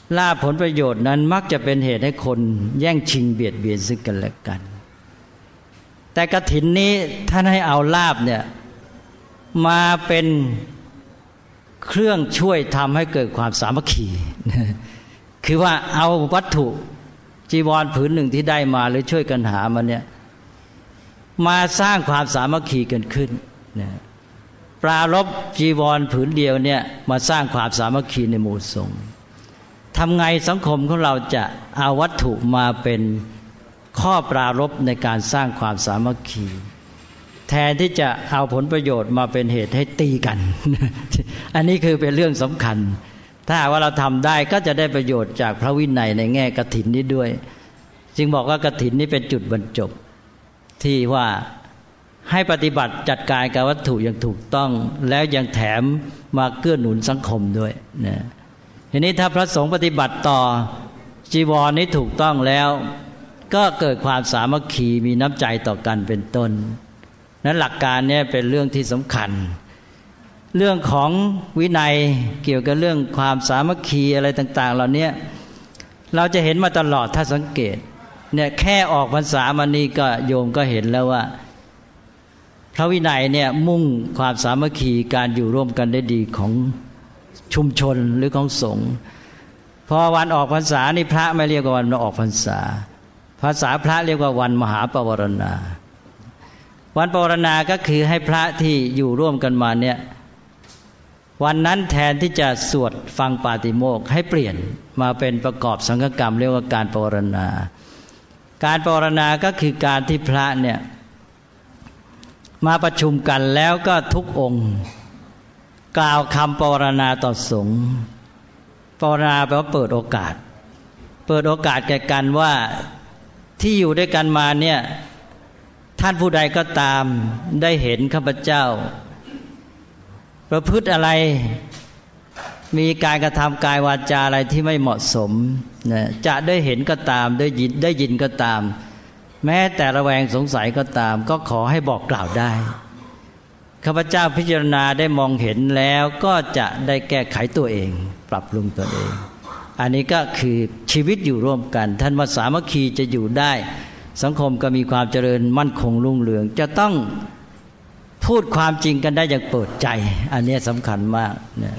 ลาภผลประโยชน์นั้นมักจะเป็นเหตุให้คนแย่งชิงเบียดเบียนซึ่งกันและกันแต่กฐินนี้ท่านให้เอาลาภเนี่ยมาเป็นเครื่องช่วยทำให้เกิดความสามัคคีคือว่าเอาวัตถุจีวรผืนหนึ่งที่ได้มาหรือช่วยกันหามันเนี่ยมาสร้างความสามัคคีกันขึ้นปรารภจีวรผืนเดียวเนี่ยมาสร้างความสามัคคีในหมู่สงฆ์ทำไงสังคมของเราจะเอาวัตถุมาเป็นข้อปรารภในการสร้างความสามัคคีแทนที่จะเอาผลประโยชน์มาเป็นเหตุให้ตีกัน อันนี้คือเป็นเรื่องสำคัญถ้าว่าเราทำได้ก็จะได้ประโยชน์จากพระวินัยในแง่กฐินนี้ด้วยจึงบอกว่ากฐินนี้เป็นจุดบรรจบที่ว่าให้ปฏิบัติจัดการกับวัตถุอย่างถูกต้องแล้วยังแถมมาเกื้อหนุนสังคมด้วยนะทีนี้ถ้าพระสงฆ์ปฏิบัติต่อจีวรนี้ถูกต้องแล้วก็เกิดความสามัคคีมีน้ำใจต่อกันเป็นต้นนั้นหลักการนี้เป็นเรื่องที่สำคัญเรื่องของวินัยเกี่ยวกับเรื่องความสามัคคีอะไรต่างๆเหล่านี้เราจะเห็นมาตลอดถ้าสังเกตเนี่ยแค่ออกพรรษามานี่ก็โยมก็เห็นแล้วว่าพระวินัยเนี่ยมุ่งความสามัคคีการอยู่ร่วมกันได้ดีของชุมชนหรือของสงฆ์พอวันออกพรรษานี่พระไม่เรียกว่าวันออกพรรษาภาษาพระเรียกว่าวันมหาปวารณาวันปวารณาก็คือให้พระที่อยู่ร่วมกันมาเนี่ยวันนั้นแทนที่จะสวดฟังปาติโมกข์ให้เปลี่ยนมาเป็นประกอบสังฆกรรมเรียกว่าการปวารณาการปวารณาก็คือการที่พระเนี่ยมาประชุมกันแล้วก็ทุกองค์กล่าวคำปวารณาต่อสงฆ์ปวารณาแปลว่าเปิดโอกาสแก่กันว่าที่อยู่ด้วยกันมาเนี่ยท่านผู้ใดก็ตามได้เห็นข้าพเจ้าประพฤติอะไรมีการกระทำกายวาจาอะไรที่ไม่เหมาะสมนะจะได้เห็นก็ตามได้ยินก็ตามแม้แต่ระแวงสงสัยก็ตามก็ขอให้บอกกล่าวได้ข้าพเจ้าพิจารณาได้มองเห็นแล้วก็จะได้แก้ไขตัวเองปรับปรุงตัวเองอันนี้ก็คือชีวิตอยู่ร่วมกันท่านว่าสามัคคีจะอยู่ได้สังคมก็มีความเจริญมั่นคงรุ่งเรืองจะต้องพูดความจริงกันได้อย่างเปิดใจอันนี้สำคัญมากนะ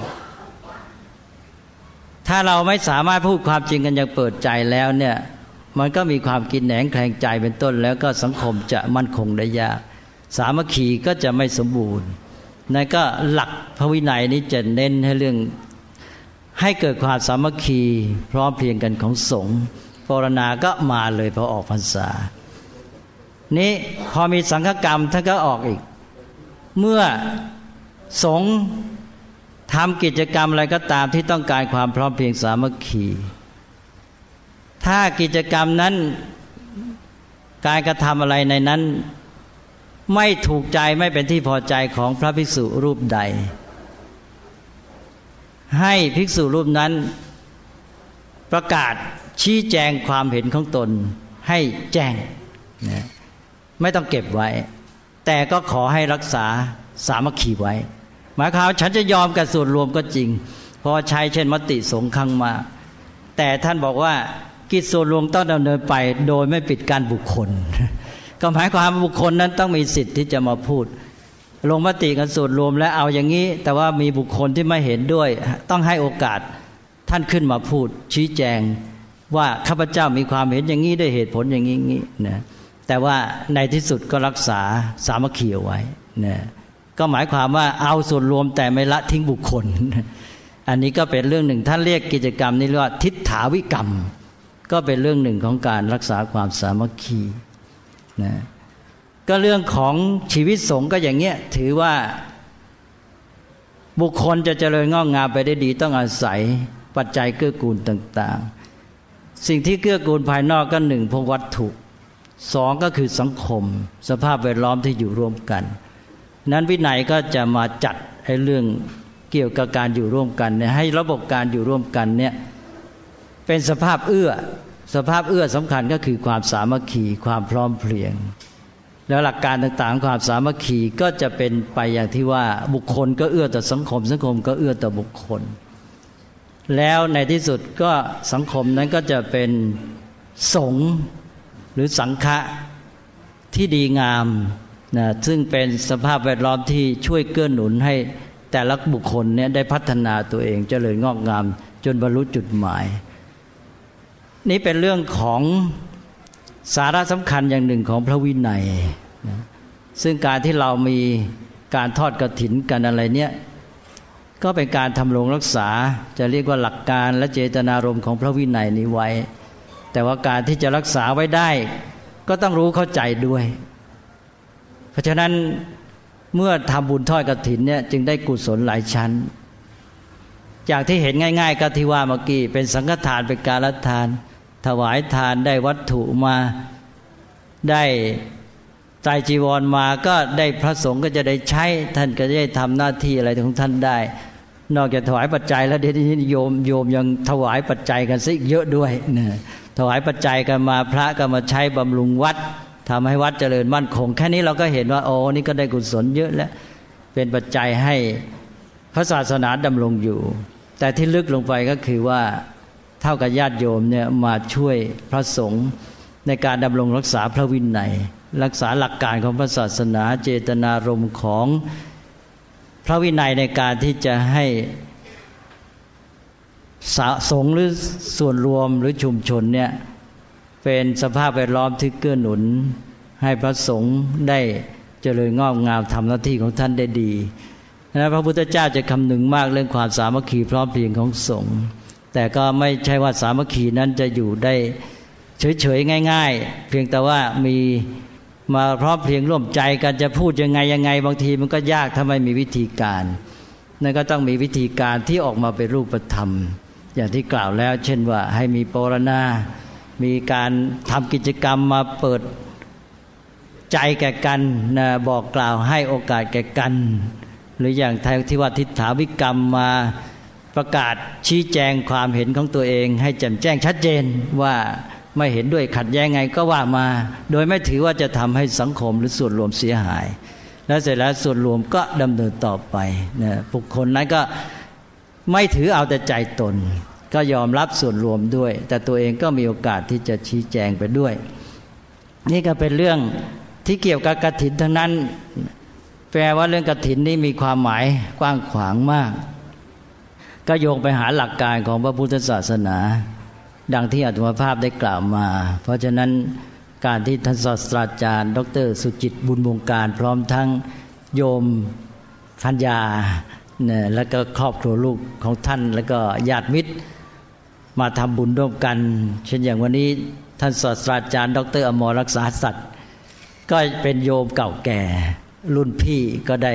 ถ้าเราไม่สามารถพูดความจริงกันอย่างเปิดใจแล้วเนี่ยมันก็มีความกินแหนงแคลงใจเป็นต้นแล้วก็สังคมจะมั่นคงได้ยากสามัคคีก็จะไม่สมบูรณ์นั่นก็หลักพระวินัยนี้จะเน้นให้เรื่องให้เกิดความสามัคคีพร้อมเพรียงกันของสงฆ์ปวารณาก็มาเลยพอออกพรรษานี้พอมีสังฆกรรมท่านก็ออกอีกเมื่อสงฆ์ทำกิจกรรมอะไรก็ตามที่ต้องการความพร้อมเพรียงสามัคคีถ้ากิจกรรมนั้นการกระทำอะไรในนั้นไม่ถูกใจไม่เป็นที่พอใจของพระภิกษุรูปใดให้ภิกษุรูปนั้นประกาศชี้แจงความเห็นของตนให้แจ้งนะไม่ต้องเก็บไว้แต่ก็ขอให้รักษาสามัคคีไว้หมายความฉันจะยอมกับส่วนรวมก็จริงพอใช้เช่นมติสงฆ์ครั้งมาแต่ท่านบอกว่ากิจส่วนรวมต้องดำเนินไปโดยไม่ปิดกั้นบุคคลก็หมายความบุคคลนั้นต้องมีสิทธิ์ที่จะมาพูดลงมติกันส่วนรวมแล้วเอาอย่างนี้แต่ว่ามีบุคคลที่ไม่เห็นด้วยต้องให้โอกาสท่านขึ้นมาพูดชี้แจงว่าข้าพเจ้ามีความเห็นอย่างนี้ด้วยเหตุผลอย่างนี้นะแต่ว่าในที่สุดก็รักษาสามัคคีเอาไว้นะก็หมายความว่าเอาส่วนรวมแต่ไม่ละทิ้งบุคคลอันนี้ก็เป็นเรื่องหนึ่งท่านเรียกกิจกรรมนี้ว่าทิฏฐาวิกรรมก็เป็นเรื่องหนึ่งของการรักษาความสามัคคีนะก็เรื่องของชีวิตสงฆ์ก็อย่างเงี้ยถือว่าบุคคลจะเจริญงอกงามไปได้ดีต้องอาศัยปัจจัยเกื้อกูลต่างๆสิ่งที่เกื้อกูลภายนอกก็หนึ่งพวกวัตถุสองก็คือสังคมสภาพแวดล้อมที่อยู่ร่วมกันนั้นวินัยก็จะมาจัดให้เรื่องเกี่ยวกับการอยู่ร่วมกันเนี่ยให้ระบบการอยู่ร่วมกันเนี่ยเป็นสภาพเอื้อสำคัญก็คือความสามัคคีความพร้อมเพรียงแล้วหลักการต่างๆความสามัคคีก็จะเป็นไปอย่างที่ว่าบุคคลก็เอื้อต่อสังคมก็เอื้อต่อบุคคลแล้วในที่สุดก็สังคมนั้นก็จะเป็นสงฆ์หรือสังฆะที่ดีงามนะซึ่งเป็นสภาพแวดล้อมที่ช่วยเกื้อหนุนให้แต่ละบุคคลเนี่ยได้พัฒนาตัวเองเจริญงอกงามจนบรรลุจุดหมายนี่เป็นเรื่องของสาระสำคัญอย่างหนึ่งของพระวินัยนะซึ่งการที่เรามีการทอดกฐินกันอะไรเนี่ยก็เป็นการทำรงรักษาจะเรียกว่าหลักการและเจตนารมณ์ของพระวินัยนี้ไว้แต่ว่าการที่จะรักษาไว้ได้ก็ต้องรู้เข้าใจด้วยเพราะฉะนั้นเมื่อทำบุญทอดกฐินเนี่ยจึงได้กุศลหลายชั้นจากที่เห็นง่ายๆก็ที่ว่าเมื่อกี้เป็นสังฆทานเป็นการละทานถวายทานได้วัตถุมาได้ไตรจีวรมาก็ได้พระสงฆ์ก็จะได้ใช้ท่านก็จะได้ทำหน้าที่อะไรของท่านได้นอกจากถวายปัจจัยแล้วเดี๋ยวนี้โยมยังถวายปัจจัยกันซะอีกเยอะด้วยนะถวายปัจจัยกันมาพระก็มาใช้บำรุงวัดทำให้วัดเจริญมั่นคงแค่นี้เราก็เห็นว่าโอ้นี่ก็ได้กุศลเยอะแล้วเป็นปัจจัยให้พระศาสนาดำรงอยู่แต่ที่ลึกลงไปก็คือว่าเท่ากับญาติโยมเนี่ยมาช่วยพระสงฆ์ในการดำรงรักษาพระวินัยรักษาหลักการของพระศาสนาเจตนารมณ์ของพระวินัยในการที่จะให้สงฆ์หรือส่วนรวมหรือชุมชนเนี่ยเป็นสภาพแวดล้อมที่เกื้อหนุนให้พระสงฆ์ได้เจริญงอกงามทำหน้าที่ของท่านได้ดีนะพระพุทธเจ้าจะคำนึงมากเรื่องความสามัคคีพร้อมเพรียงของสงฆ์แต่ก็ไม่ใช่ว่าสามัคคีนั้นจะอยู่ได้เฉยๆง่ายๆเพียงแต่ว่ามีมาพร้อมเพรียงร่วมใจกันจะพูดยังไงบางทีมันก็ยากถ้าไม่มีวิธีการนั่นก็ต้องมีวิธีการที่ออกมาเป็นรูปธรรมอย่างที่กล่าวแล้วเช่นว่าให้มีปรณามีการทำกิจกรรมมาเปิดใจแก่กันนะบอกกล่าวให้โอกาสแก่กันหรืออย่างที่ว่าทิฏฐาวิกรรมมาประกาศชี้แจงความเห็นของตัวเองให้แจ่มแจ้งชัดเจนว่าไม่เห็นด้วยขัดแย้งไงก็ว่ามาโดยไม่ถือว่าจะทำให้สังคมหรือส่วนรวมเสียหายแล้วเสร็จแล้วส่วนรวมก็ดำเนินต่อไปนะบุคคลนั้นก็ไม่ถือเอาแต่ใจตนก็ยอมรับส่วนรวมด้วยแต่ตัวเองก็มีโอกาสที่จะชี้แจงไปด้วยนี่ก็เป็นเรื่องที่เกี่ยวกับกฐินทั้งนั้นแปลว่าเรื่องกฐินนี่มีความหมายกว้างขวางมากก็โยงไปหาหลักการของพระพุทธศาสนาดังที่อาตมาภาพได้กล่าวมาเพราะฉะนั้นการที่ท่านศาสตราจารย์ดร.สุจิตบุญวงการพร้อมทั้งโยมพัญญาเนี่ยแล้วก็ครอบครัวลูกของท่านแล้วก็ญาติมิตรมาทำบุญร่วมกันเช่นอย่างวันนี้ท่านศาสตราจารย์ดร.อมรรักษาสัตย์ก็เป็นโยมเก่าแก่รุ่นพี่ก็ได้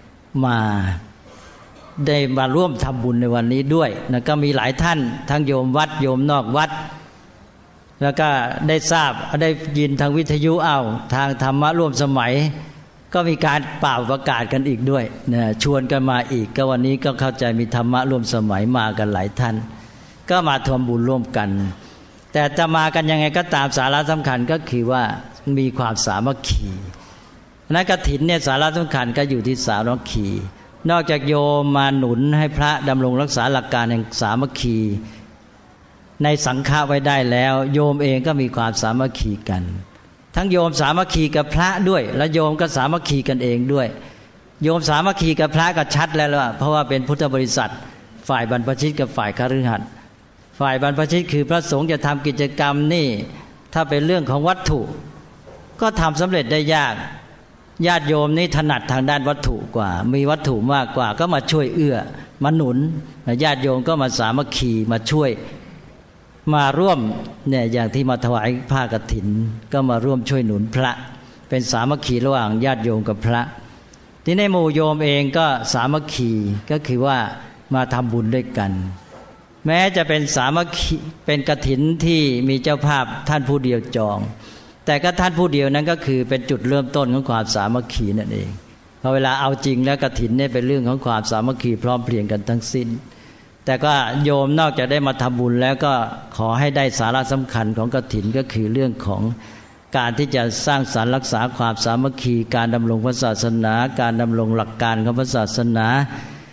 มาร่วมทำบุญในวันนี้ด้วยนะก็มีหลายท่านทั้งโยมวัดโยมนอกวัดแล้วก็ได้ทราบได้ยินทางวิทยุทางธรรมะร่วมสมัยก็มีการเป่าประกาศกันอีกด้วยนะชวนกันมาอีกก็วันนี้ก็เข้าใจมีธรรมะร่วมสมัยมากันหลายท่านก็มาทำบุญร่วมกันแต่จะมากันยังไงก็ตามสาระสำคัญก็คือว่ามีความสามัคคีนะกฐินเนี่ยสาระสำคัญก็อยู่ที่สามัคคีนอกจากโยมมาหนุนให้พระดำรงรักษาหลักการแห่งสามัคคีในสังฆะไว้ได้แล้วโยมเองก็มีความสามัคคีกันทั้งโยมสามัคคีกับพระด้วยและโยมก็สามัคคีกันเองด้วยโยมสามัคคีกับพระก็ชัดแล้วล่ะเพราะว่าเป็นพุทธบริษัทฝ่ายบรรพชิตกับฝ่ายคฤหัสถ์ฝ่ายบรรพชิตคือพระสงฆ์จะทำกิจกรรมนี่ถ้าเป็นเรื่องของวัตถุก็ทำสำเร็จได้ยากญาติโยมนี่ถนัดทางด้านวัตถุกว่ามีวัตถุมากกว่าก็มาช่วยเอื้อมาหนุนญาติโยมก็มาสามัคคีมาช่วยมาร่วมเนี่ยอย่างที่มาถวายผ้ากฐินก็มาร่วมช่วยหนุนพระเป็นสามัคคีระหว่างญาติโยมกับพระที่ในหมู่โยมเองก็สามัคคีก็คือว่ามาทำบุญด้วยกันแม้จะเป็นสามัคคีเป็นกฐินที่มีเจ้าภาพท่านผู้เดียวจองแต่ก็ท่านผู้เดียวนั้นก็คือเป็นจุดเริ่มต้นของความสามัคคีนั่นเองพอเวลาเอาจริงแล้วกฐินเนี่ยเป็นเรื่องของความสามัคคีพร้อมเพรียงกันทั้งสิ้นแต่ก็โยมนอกจากได้มาทำบุญแล้วก็ขอให้ได้สาระสำคัญของกฐินก็คือเรื่องของการที่จะสร้างสรรค์รักษาความสามัคคีการดำรงพระศาสนาการดำรงหลักการของพระศาสนา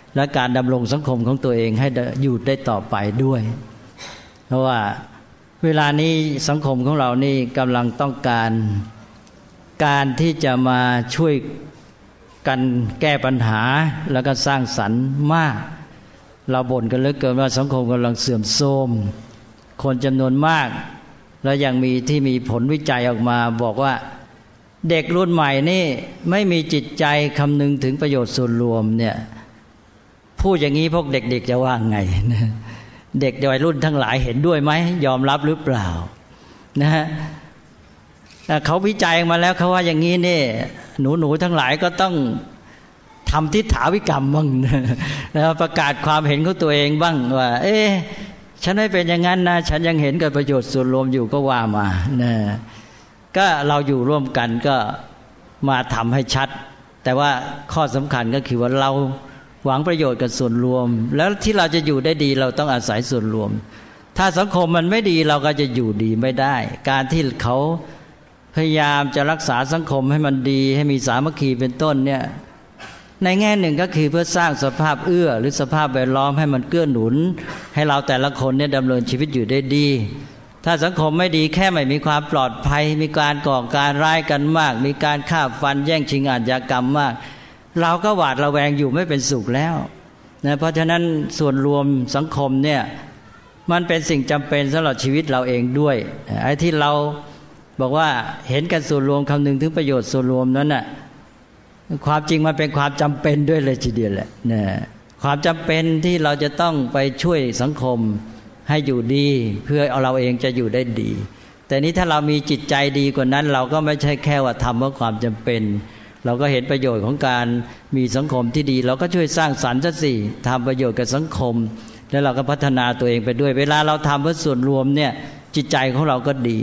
และการดำรงสังคมของตัวเองให้อยู่ได้ต่อไปด้วยเพราะว่าเวลานี้สังคมของเรานี่กำลังต้องการที่จะมาช่วยกันแก้ปัญหาแล้วก็สร้างสรรค์มากเราบ่นกันเหลือเกินว่าสังคมกำลังเสื่อมโทรมคนจำนวนมากแล้วยังมีผลวิจัยออกมาบอกว่าเด็กรุ่นใหม่นี่ไม่มีจิตใจคำนึงถึงประโยชน์ส่วนรวมเนี่ยพูดอย่างนี้พวกเด็กๆจะว่าไงเด็กวัยรุ่นทั้งหลายเห็นด้วยไหมยอมรับหรือเปล่านะฮะเขาวิจัยมาแล้วเขาว่าอย่างนี้นี่หนูทั้งหลายก็ต้องทำทิฏฐาวิกรรมบ้างแล้วประกาศความเห็นของตัวเองบ้างว่าฉันไม่เป็นอย่างนั้นนะฉันยังเห็นกับประโยชน์ส่วนรวมอยู่ก็ว่ามานะก็เราอยู่ร่วมกันก็มาทำให้ชัดแต่ว่าข้อสำคัญก็คือว่าเราหวังประโยชน์กับส่วนรวมแล้วที่เราจะอยู่ได้ดีเราต้องอาศัยส่วนรวมถ้าสังคมมันไม่ดีเราก็จะอยู่ดีไม่ได้การที่เขาพยายามจะรักษาสังคมให้มันดีให้มีสามัคคีเป็นต้นเนี่ยในแง่หนึ่งก็คือเพื่อสร้างสภาพเอื้อหรือสภาพแวดล้อมให้มันเกื้อหนุนให้เราแต่ละคนเนี่ยดำเนินชีวิตอยู่ได้ดีถ้าสังคมไม่ดีแค่ไม่มีความปลอดภัยมีการก่อการร้ายกันมากมีการฆ่าฟันแย่งชิงอาชญากรรมมากเราก็หวาดระแวงอยู่ไม่เป็นสุขแล้วนะเพราะฉะนั้นส่วนรวมสังคมเนี่ยมันเป็นสิ่งจำเป็นสำหรับชีวิตเราเองด้วยไอ้ที่เราบอกว่าเห็นกันส่วนรวมคำนึงถึงประโยชน์ส่วนรวมนั้นน่ะความจริงมันเป็นความจำเป็นด้วยเลยทีเดียวแหละนะความจำเป็นที่เราจะต้องไปช่วยสังคมให้อยู่ดีเพื่อเอาเราเองจะอยู่ได้ดีแต่นี้ถ้าเรามีจิตใจดีกว่านั้นเราก็ไม่ใช่แค่ว่าทำเพราะความจำเป็นเราก็เห็นประโยชน์ของการมีสังคมที่ดีเราก็ช่วยสร้างสรรค์ซะสิทำประโยชน์กับสังคมแล้วเราก็พัฒนาตัวเองไปด้วยเวลาเราทำเพื่อส่วนรวมเนี่ยจิตใจของเราก็ดี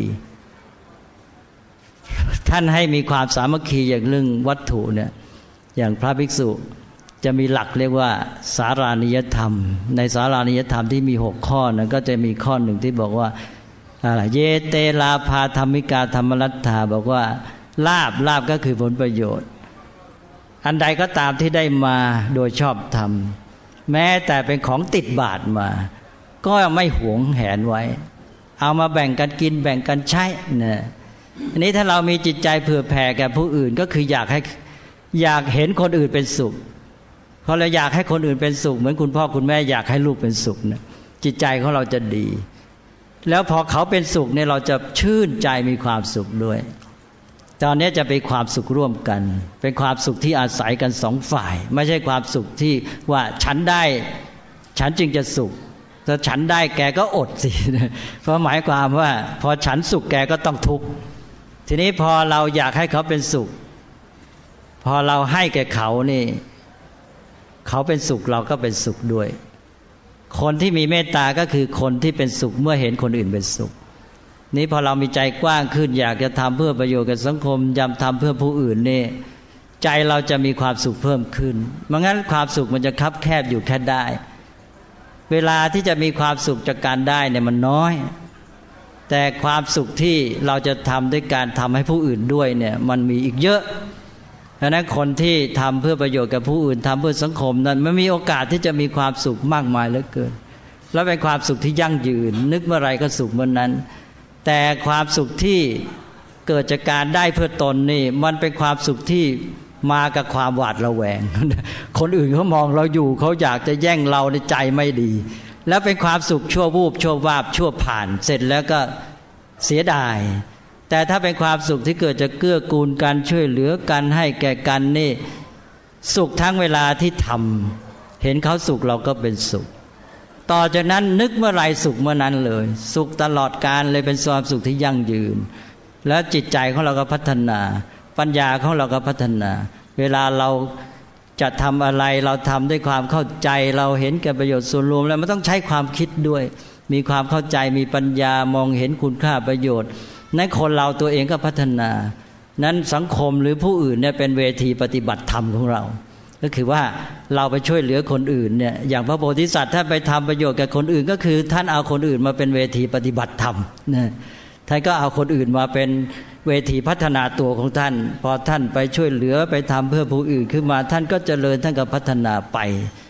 ท่านให้มีความสามัคคีอย่างเรื่องวัตถุเนี่ยอย่างพระภิกษุจะมีหลักเรียกว่าสารานิยธรรมในสารานิยธรรมที่มี6ข้อนะก็จะมีข้อหนึ่งที่บอกว่าเยเตลาภาธรรมิกาธรรมรัตถาบอกว่าลาภก็คือผลประโยชน์อันใดก็ตามที่ได้มาโดยชอบธรรมแม้แต่เป็นของติดบาทมาก็ไม่หวงแหนไว้เอามาแบ่งกันกินแบ่งกันใช้นะอันนี้ถ้าเรามีจิตใจเผื่อแผ่แก่ผู้อื่นก็คืออยากเห็นคนอื่นเป็นสุขพอเราอยากให้คนอื่นเป็นสุขเหมือนคุณพ่อคุณแม่อยากให้ลูกเป็นสุขนะจิตใจของเราจะดีแล้วพอเขาเป็นสุขเนี่ยเราจะชื่นใจมีความสุขด้วยตอนนี้จะเป็นความสุขร่วมกันเป็นความสุขที่อาศัยกันสองฝ่ายไม่ใช่ความสุขที่ว่าฉันได้ฉันจึงจะสุขถ้าฉันได้แกก็อดสิเพราะหมายความว่าพอฉันสุขแกก็ต้องทุกข์ทีนี้พอเราอยากให้เขาเป็นสุขพอเราให้แก่เขานี่เขาเป็นสุขเราก็เป็นสุขด้วยคนที่มีเมตตาก็คือคนที่เป็นสุขเมื่อเห็นคนอื่นเป็นสุขนี้พอเรามีใจกว้างขึ้นอยากจะทำเพื่อประโยชน์กับสังคมยำทำเพื่อผู้อื่นนี่ใจเราจะมีความสุขเพิ่มขึ้นไม่งั้นความสุขมันจะคับแคบอยู่แค่ได้เวลาที่จะมีความสุขจากการได้เนี่ยมันน้อยแต่ความสุขที่เราจะทำด้วยการทำให้ผู้อื่นด้วยเนี่ยมันมีอีกเยอะดังนั้นคนที่ทำเพื่อประโยชน์กับผู้อื่นทำเพื่อสังคมนั้นมันมีโอกาสที่จะมีความสุขมากมายเหลือเกินและเป็นความสุขที่ยั่งยืนนึกเมื่อไรก็สุขเมื่อนั้นแต่ความสุขที่เกิดจากการได้เพื่อตนนี่มันเป็นความสุขที่มากับความหวาดระแวงคนอื่นเขามองเราอยู่เขาอยากจะแย่งเราในใจไม่ดีแล้วเป็นความสุขชั่ววูบชั่ววาบชั่วผ่านเสร็จแล้วก็เสียดายแต่ถ้าเป็นความสุขที่เกิดจากเกื้อกูลกันช่วยเหลือกันให้แก่กันนี่สุขทั้งเวลาที่ทำเห็นเขาสุขเราก็เป็นสุขต่อจากนั้นนึกเมื่อไรสุขเมื่อนั้นเลยสุขตลอดกาลเลยเป็นความสุขที่ยั่งยืนแล้วจิตใจของเราก็พัฒนาปัญญาของเราก็พัฒนาเวลาเราจะทำอะไรเราทำด้วยความเข้าใจเราเห็นแก่ประโยชน์ส่วนรวมแล้วมันต้องใช้ความคิดด้วยมีความเข้าใจมีปัญญามองเห็นคุณค่าประโยชน์นั้นคนเราตัวเองก็พัฒนานั้นสังคมหรือผู้อื่นเนี่ยเป็นเวทีปฏิบัติธรรมของเราก็คือว่าเราไปช่วยเหลือคนอื่นเนี่ยอย่างพระโพธิสัตว์ท่านไปทำประโยชน์กับคนอื่นก็คือท่านเอาคนอื่นมาเป็นเวทีปฏิบัติธรรมนะท่านก็เอาคนอื่นมาเป็นเวทีพัฒนาตัวของท่านพอท่านไปช่วยเหลือไปทำเพื่อผู้อื่นขึ้นมาท่านก็เจริญท่านก็พัฒนาไป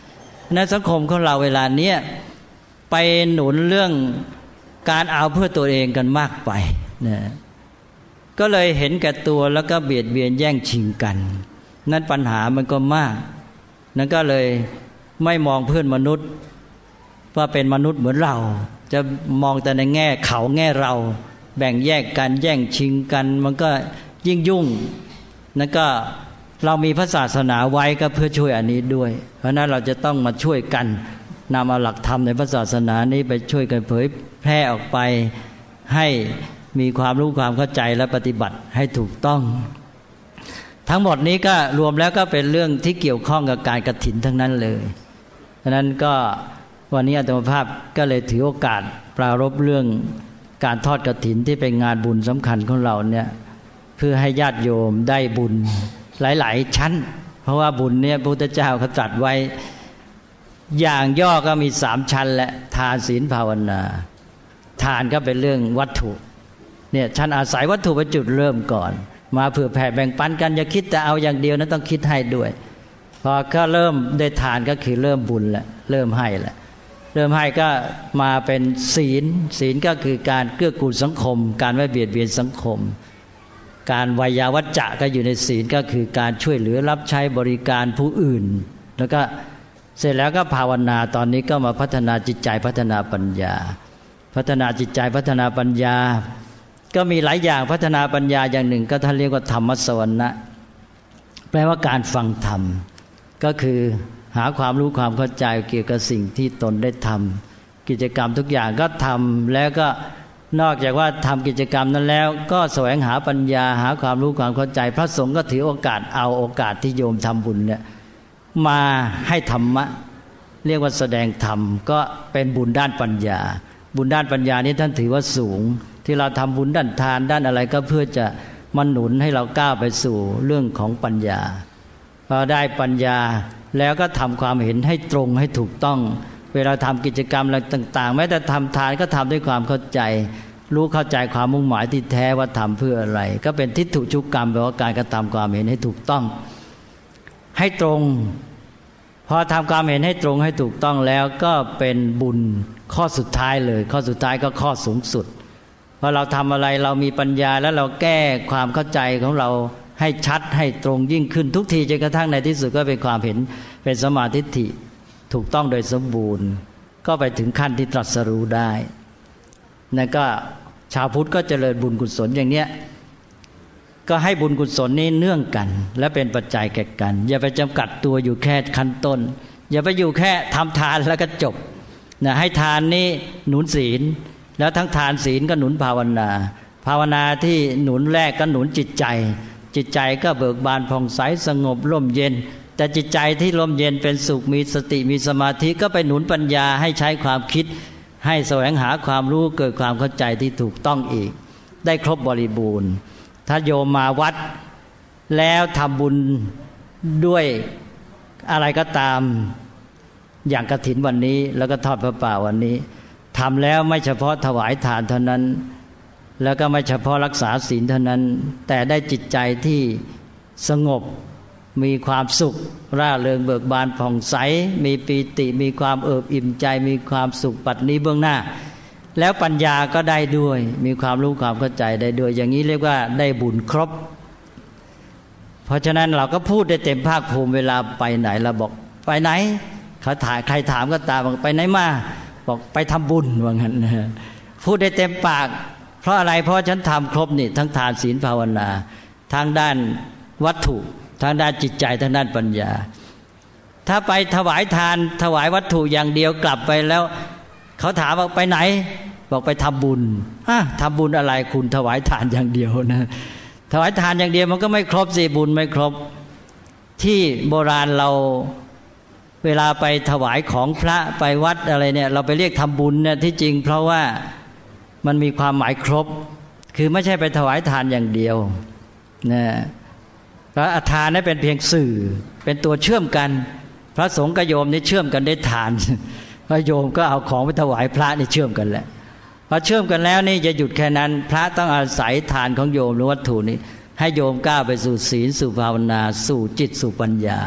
ในสังคมของเราเวลาเนี้ยไปหนุนเรื่องการเอาเพื่อตัวเองกันมากไปนะก็เลยเห็นแก่ตัวแล้วก็เบียดเบียนแย่งชิงกันนั่นปัญหามันก็มากนั่นก็เลยไม่มองเพื่อนมนุษย์ว่าเป็นมนุษย์เหมือนเราจะมองแต่ในแง่เขาแง่เราแบ่งแยกกันแย่งชิงกันมันก็ยิ่งยุ่งนั่นก็เรามีพระศาสนาไว้ก็เพื่อช่วยอันนี้ด้วยเพราะนั้นเราจะต้องมาช่วยกันนำเอาหลักธรรมในพระศาสนานี้ไปช่วยกันเผยแพร่ออกไปให้มีความรู้ความเข้าใจและปฏิบัติให้ถูกต้องทั้งหมดนี้ก็รวมแล้วก็เป็นเรื่องที่เกี่ยวข้องกับการกฐินทั้งนั้นเลยฉะนั้นก็วันนี้อาตมาภาพก็เลยถือโอกาสปรารภเรื่องการทอดกฐินที่เป็นงานบุญสำคัญของเราเนี่ยเพื่อให้ญาติโยมได้บุญหลายๆชั้นเพราะว่าบุญเนี่ยพระพุทธเจ้าเขาตรัสไว้อย่างย่อก็มี3ชั้นและทานศีลภาวนาทานก็เป็นเรื่องวัตถุเนี่ยชั้นอาศัยวัตถุเป็นจุดเริ่มก่อนมาเผื่อแผ่แบ่งปันกันอย่าคิดแต่เอาอย่างเดียวนะต้องคิดให้ด้วยพอก็เริ่มได้ทานก็คือเริ่มบุญแล้วเริ่มให้แล้วเริ่มให้ก็มาเป็นศีลศีลก็คือการเกื้อกูลสังคมการไม่เบียดเบียนสังคมการวายาวัจจะก็อยู่ในศีลก็คือการช่วยเหลือรับใช้บริการผู้อื่นแล้วก็เสร็จแล้วก็ภาวนาตอนนี้ก็มาพัฒนาจิตใจพัฒนาปัญญาพัฒนาจิตใจพัฒนาปัญญาก็มีหลายอย่างพัฒนาปัญญาอย่างหนึ่งก็ท่านเรียกว่าธรรมสวรรณะแปลว่าการฟังธรรมก็คือหาความรู้ความเข้าใจเกี่ยวกับสิ่งที่ตนได้ทำกิจกรรมทุกอย่างก็ทำแล้วก็นอกจากว่าทำกิจกรรมนั้นแล้วก็แสวงหาปัญญาหาความรู้ความเข้าใจพระสงฆ์ก็ถือโอกาสเอาโอกาสที่โยมทำบุญเนี่ยมาให้ธรรมะเรียกว่าแสดงธรรมก็เป็นบุญด้านปัญญาบุญด้านปัญญานี้ท่านถือว่าสูงที่เราทำบุญด้านทานด้านอะไรก็เพื่อจะมาหนุนให้เราก้าวไปสู่เรื่องของปัญญาพอได้ปัญญาแล้วก็ทำความเห็นให้ตรงให้ถูกต้องเวลาทำกิจกรรมอะไรต่างๆแม้แต่ทำทานก็ทำด้วยความเข้าใจรู้เข้าใจความมุ่งหมายที่แท้ว่าทำเพื่ออะไรก็เป็นทิฏฐุชุกกรรมแปลว่าการกระทำความเห็นให้ถูกต้องให้ตรงพอทำความเห็นให้ตรงให้ถูกต้องแล้วก็เป็นบุญข้อสุดท้ายเลยข้อสุดท้ายก็ข้อสูงสุดพอเราทำอะไรเรามีปัญญาแล้วเราแก้ความเข้าใจของเราให้ชัดให้ตรงยิ่งขึ้นทุกทีจนกระทั่งในที่สุดก็เป็นความเห็นเป็นสัมมาทิฏฐิถูกต้องโดยสมบูรณ์ก็ไปถึงขั้นที่ตรัสรู้ได้นั่นก็ชาวพุทธก็เจริญบุญกุศลอย่างเนี้ยก็ให้บุญกุศลนี้เนื่องกันและเป็นปัจจัยแก่กันอย่าไปจำกัดตัวอยู่แค่ขั้นต้นอย่าไปอยู่แค่ทำทานแล้วก็จบนะให้ทานนี้หนุนศีลแล้วทั้งทานศีลก็หนุนภาวนาภาวนาที่หนุนแรกก็หนุนจิตใจจิตใจก็เบิกบานผ่องใสสงบร่มเย็นแต่จิตใจที่ร่มเย็นเป็นสุขมีสติมีสมาธิก็ไปหนุนปัญญาให้ใช้ความคิดให้แสวงหาความรู้เกิดความเข้าใจที่ถูกต้องอีกได้ครบบริบูรณ์ถ้าโยมมาวัดแล้วทำบุญด้วยอะไรก็ตามอย่างกฐินวันนี้แล้วก็ทอดพระป่าวันนี้ทำแล้วไม่เฉพาะถวายทานเท่านั้นแล้วก็ไม่เฉพาะรักษาศีลเท่านั้นแต่ได้จิตใจที่สงบมีความสุขร่าเริงเบิกบานผ่องใสมีปีติมีความเอิบอิ่มใจมีความสุขปัจจุบันเบื้องหน้าแล้วปัญญาก็ได้ด้วยมีความรู้ความเข้าใจได้ด้วยอย่างนี้เรียกว่าได้บุญครบเพราะฉะนั้นเราก็พูดได้เต็มภาคภูมิเวลาไปไหนเราบอกไปไหนเขาถามใครถามก็ตามบอกไปไหนมาบอกไปทำบุญว่างั้นพูดได้เต็มปากเพราะอะไรเพราะฉันทำครบนี่ทั้งทานศีลภาวนาทางด้านวัตถุทางด้านจิตใจทางด้านปัญญาถ้าไปถวายทานถวายวัตถุอย่างเดียวกลับไปแล้วเขาถามว่าไปไหนบอกไปทำบุญทำบุญอะไรคุณถวายทานอย่างเดียวนะถวายทานอย่างเดียวมันก็ไม่ครบสิบุญไม่ครบที่โบราณเราเวลาไปถวายของพระไปวัดอะไรเนี่ยเราไปเรียกทำบุญเนี่ยที่จริงเพราะว่ามันมีความหมายครบคือไม่ใช่ไปถวายทานอย่างเดียวนะพระทานนั้นเป็นเพียงสื่อเป็นตัวเชื่อมกันพระสงฆ์กับโยมนี่เชื่อมกันได้ทานพระโยมก็เอาของไปถวายพระนี่เชื่อมกันแล้วพอเชื่อมกันแล้วนี่จะหยุดแค่นั้นพระต้องอาศัยทานของโยมหรือวัตถุนี้ให้โยมก้าวไปสู่ศีลสู่ภาวนาสู่จิตสู่ปัญญา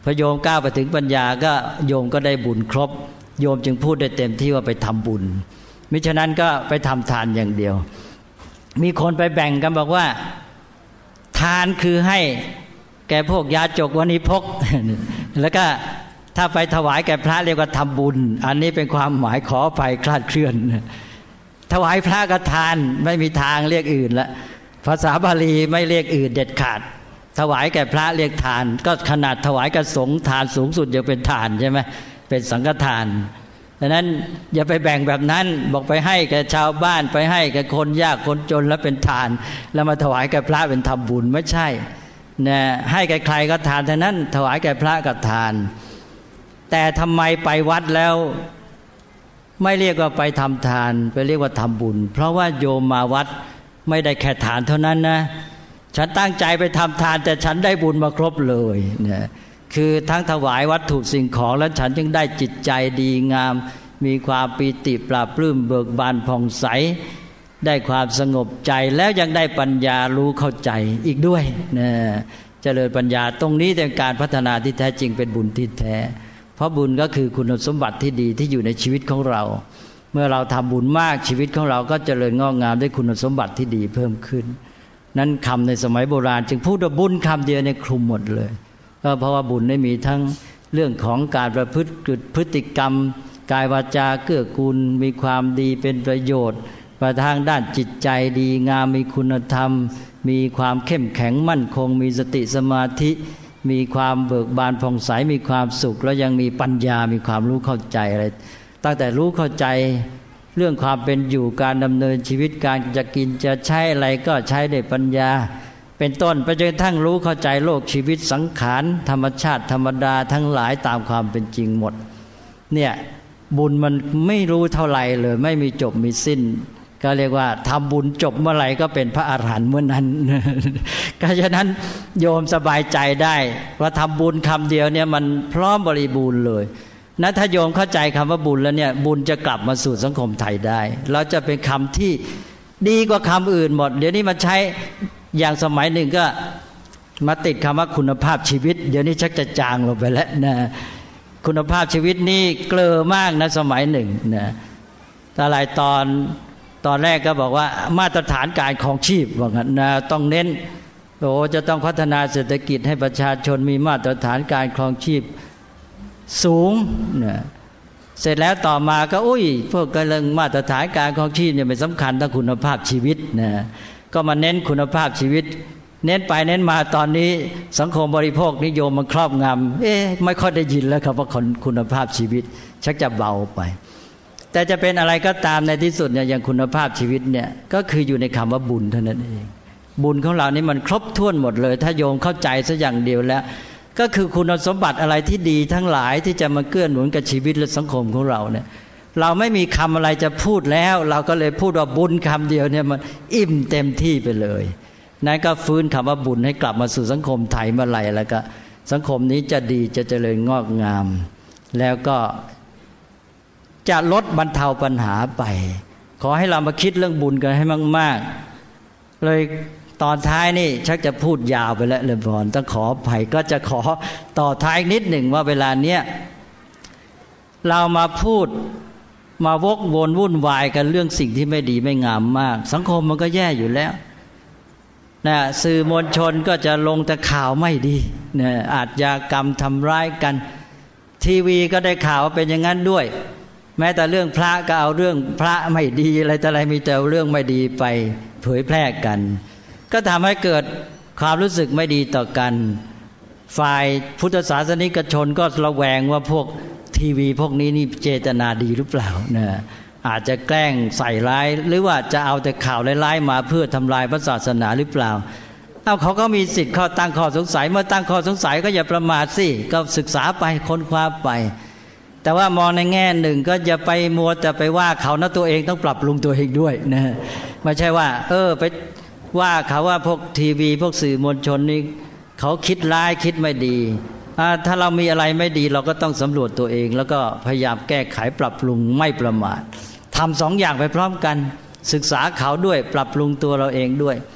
พอโยมก้าวไปถึงปัญญาก็โยมก็ได้บุญครบโยมจึงพูดได้เต็มที่ว่าไปทำบุญมิฉะนั้นก็ไปทำทานอย่างเดียวมีคนไปแบ่งกันบอกว่าทานคือให้แก่พวกยาจกวันิพก แล้วก็ถ้าไปถวายแก่พระเรียกว่าทำบุญอันนี้เป็นความหมายขอไปคลาดเคลื่อนถวายพระก็ทานไม่มีทางเรียกอื่นละภาษาบาลีไม่เรียกอื่นเด็ดขาดถวายแก่พระเรียกทานก็ขนาดถวายกับสงฆ์ทานสูงสุดยังเป็นทานใช่ไหมเป็นสังฆทานดังนั้นอย่าไปแบ่งแบบนั้นบอกไปให้แก่ชาวบ้านไปให้แก่คนยากคนจนแล้วเป็นทานแล้วมาถวายแก่พระเป็นทำบุญไม่ใช่นะให้แก่ใครก็ทานเท่านั้นถวายแก่พระก็ทานแต่ทำไมไปวัดแล้วไม่เรียกว่าไปทำทานไปเรียกว่าทำบุญเพราะว่าโยมมาวัดไม่ได้แค่ทานเท่านั้นนะฉันตั้งใจไปทำทานแต่ฉันได้บุญมาครบเลยนะคือทั้งถวายวัตถุสิ่งของแล้วฉันจึงได้จิตใจดีงามมีความปีติปราบปลื้มเบิกบานผ่องใสได้ความสงบใจแล้วยังได้ปัญญารู้เข้าใจอีกด้วยนะเจริญปัญญาตรงนี้เป็นการพัฒนาที่แท้จริงเป็นบุญที่แท้เพราะบุญก็คือคุณสมบัติที่ดีที่อยู่ในชีวิตของเราเมื่อเราทำบุญมากชีวิตของเราก็เจริญงอกงามด้วยคุณสมบัติที่ดีเพิ่มขึ้นนั้นคำในสมัยโบราณจึงพูดว่าบุญคำเดียวในคลุมหมดเลยก็เพราะว่าบุญได้มีทั้งเรื่องของการประพฤติพฤติกรรมกายวาจาเกื้อกูลมีความดีเป็นประโยชน์ประทางด้านจิตใจดีงามมีคุณธรรมมีความเข้มแข็งมั่นคงมีสติสมาธิมีความเบิกบานผ่องใสมีความสุขแล้วยังมีปัญญามีความรู้เข้าใจอะไรตั้งแต่รู้เข้าใจเรื่องความเป็นอยู่การดำเนินชีวิตการจะกินจะใช้อะไรก็ใช้ด้วยปัญญาเป็นต้นไปจนกระทั่งรู้เข้าใจโลกชีวิตสังขารธรรมชาติธรรมดาทั้งหลายตามความเป็นจริงหมดเนี่ยบุญมันไม่รู้เท่าไหร่เลยไม่มีจบมีสิ้นก็เรียกว่าทำบุญจบเมื่อไหร่ก็เป็นพระอรหันต์เมื่อนั้นก็ฉะนั้นโยมสบายใจได้ว่าทำบุญคำเดียวเนี่ยมันพร้อมบริบูรณ์เลยนะถ้าโยมเข้าใจคำว่าบุญแล้วเนี่ยบุญจะกลับมาสู่สังคมไทยได้เราจะเป็นคำที่ดีกว่าคำอื่นหมดเดี๋ยวนี้มันใช้อย่างสมัยหนึ่งก็มาติดคำว่าคุณภาพชีวิตเดี๋ยวนี้ชักจะจางลงไปแล้วนะคุณภาพชีวิตนี่เกลอมากนะสมัยหนึ่งนะแต่หลายตอนแรกก็บอกว่ามาตรฐานการครองชีพว่างั้นนะต้องเน้นจะต้องพัฒนาเศรษฐกิจให้ประชาชนมีมาตรฐานการครองชีพสูงนะเสร็จแล้วต่อมาก็พวกกำลังมาตรฐานการครองชีพเนี่ยเป็นสำคัญต่อคุณภาพชีวิตนะก็มาเน้นคุณภาพชีวิตเน้นไปเน้นมาตอนนี้สังคมบริโภคนิยมมันครอบงำไม่ค่อยได้ยินแล้วครับว่าคุณภาพชีวิตชักจะเบาไปแต่จะเป็นอะไรก็ตามในที่สุดเนี่ยอย่างคุณภาพชีวิตเนี่ยก็คืออยู่ในคำว่าบุญเท่านั้นเองบุญของเรานี่มันครบถ้วนหมดเลยถ้าโยมเข้าใจสักอย่างเดียวแล้วก็คือคุณสมบัติอะไรที่ดีทั้งหลายที่จะมาเกื้อหนุนกับชีวิตและสังคมของเราเนี่ยเราไม่มีคำอะไรจะพูดแล้วเราก็เลยพูดว่าบุญคำเดียวเนี่ยมันอิ่มเต็มที่ไปเลยนั่นก็ฟื้นคำว่าบุญให้กลับมาสู่สังคมไทยเมื่อไหร่แล้วก็สังคมนี้จะดีจะเจริญงอกงามแล้วก็จะลดบรรเทาปัญหาไปขอให้เรามาคิดเรื่องบุญกันให้มากๆเลยตอนท้ายนี่ชักจะพูดยาวไปแล้วเลยพรต้องขออภัยก็จะขอต่อท้ายนิดหนึ่งว่าเวลาเนี้ยเรามาพูดมาวกวนวุ่นวายกันเรื่องสิ่งที่ไม่ดีไม่งามมากสังคมมันก็แย่อยู่แล้วนะสื่อมวลชนก็จะลงแต่ข่าวไม่ดีนะอาชญากรรมทำร้ายกันทีวีก็ได้ข่าวเป็นอย่างนั้นด้วยแม้แต่เรื่องพระก็เอาเรื่องพระไม่ดีอะไรแต่อะไรมีแต่เรื่องไม่ดีไปเผยแพร่กันก็ทำให้เกิดความรู้สึกไม่ดีต่อกันฝ่ายพุทธศาสนิกชนก็ระแวงว่าพวกทีวีพวกนี้นี่เจตนาดีหรือเปล่านะอาจจะแกล้งใส่ร้ายหรือว่าจะเอาแต่ข่าวร้ายๆมาเพื่อทำลายพระศาสนาหรือเปล่าเขาก็มีสิทธิ์ข้อตั้งข้อสงสัยเมื่อตั้งข้อสงสัยก็อย่าประมาทสิก็ศึกษาไปค้นคว้าไปแต่ว่ามองในแง่หนึ่งก็อย่าไปมัวแต่ไปว่าเขานะตัวเองต้องปรับปรุงตัวเองด้วยนะไม่ใช่ว่าไปว่าเขาว่าพวกทีวีพวกสื่อมวลชนนี่เขาคิดร้ายคิดไม่ดีถ้าเรามีอะไรไม่ดีเราก็ต้องสำรวจตัวเองแล้วก็พยายามแก้ไขปรับปรุงไม่ประมาททำสองอย่างไปพร้อมกันศึกษาเขาด้วยปรับปรุงตัวเราเองด้วย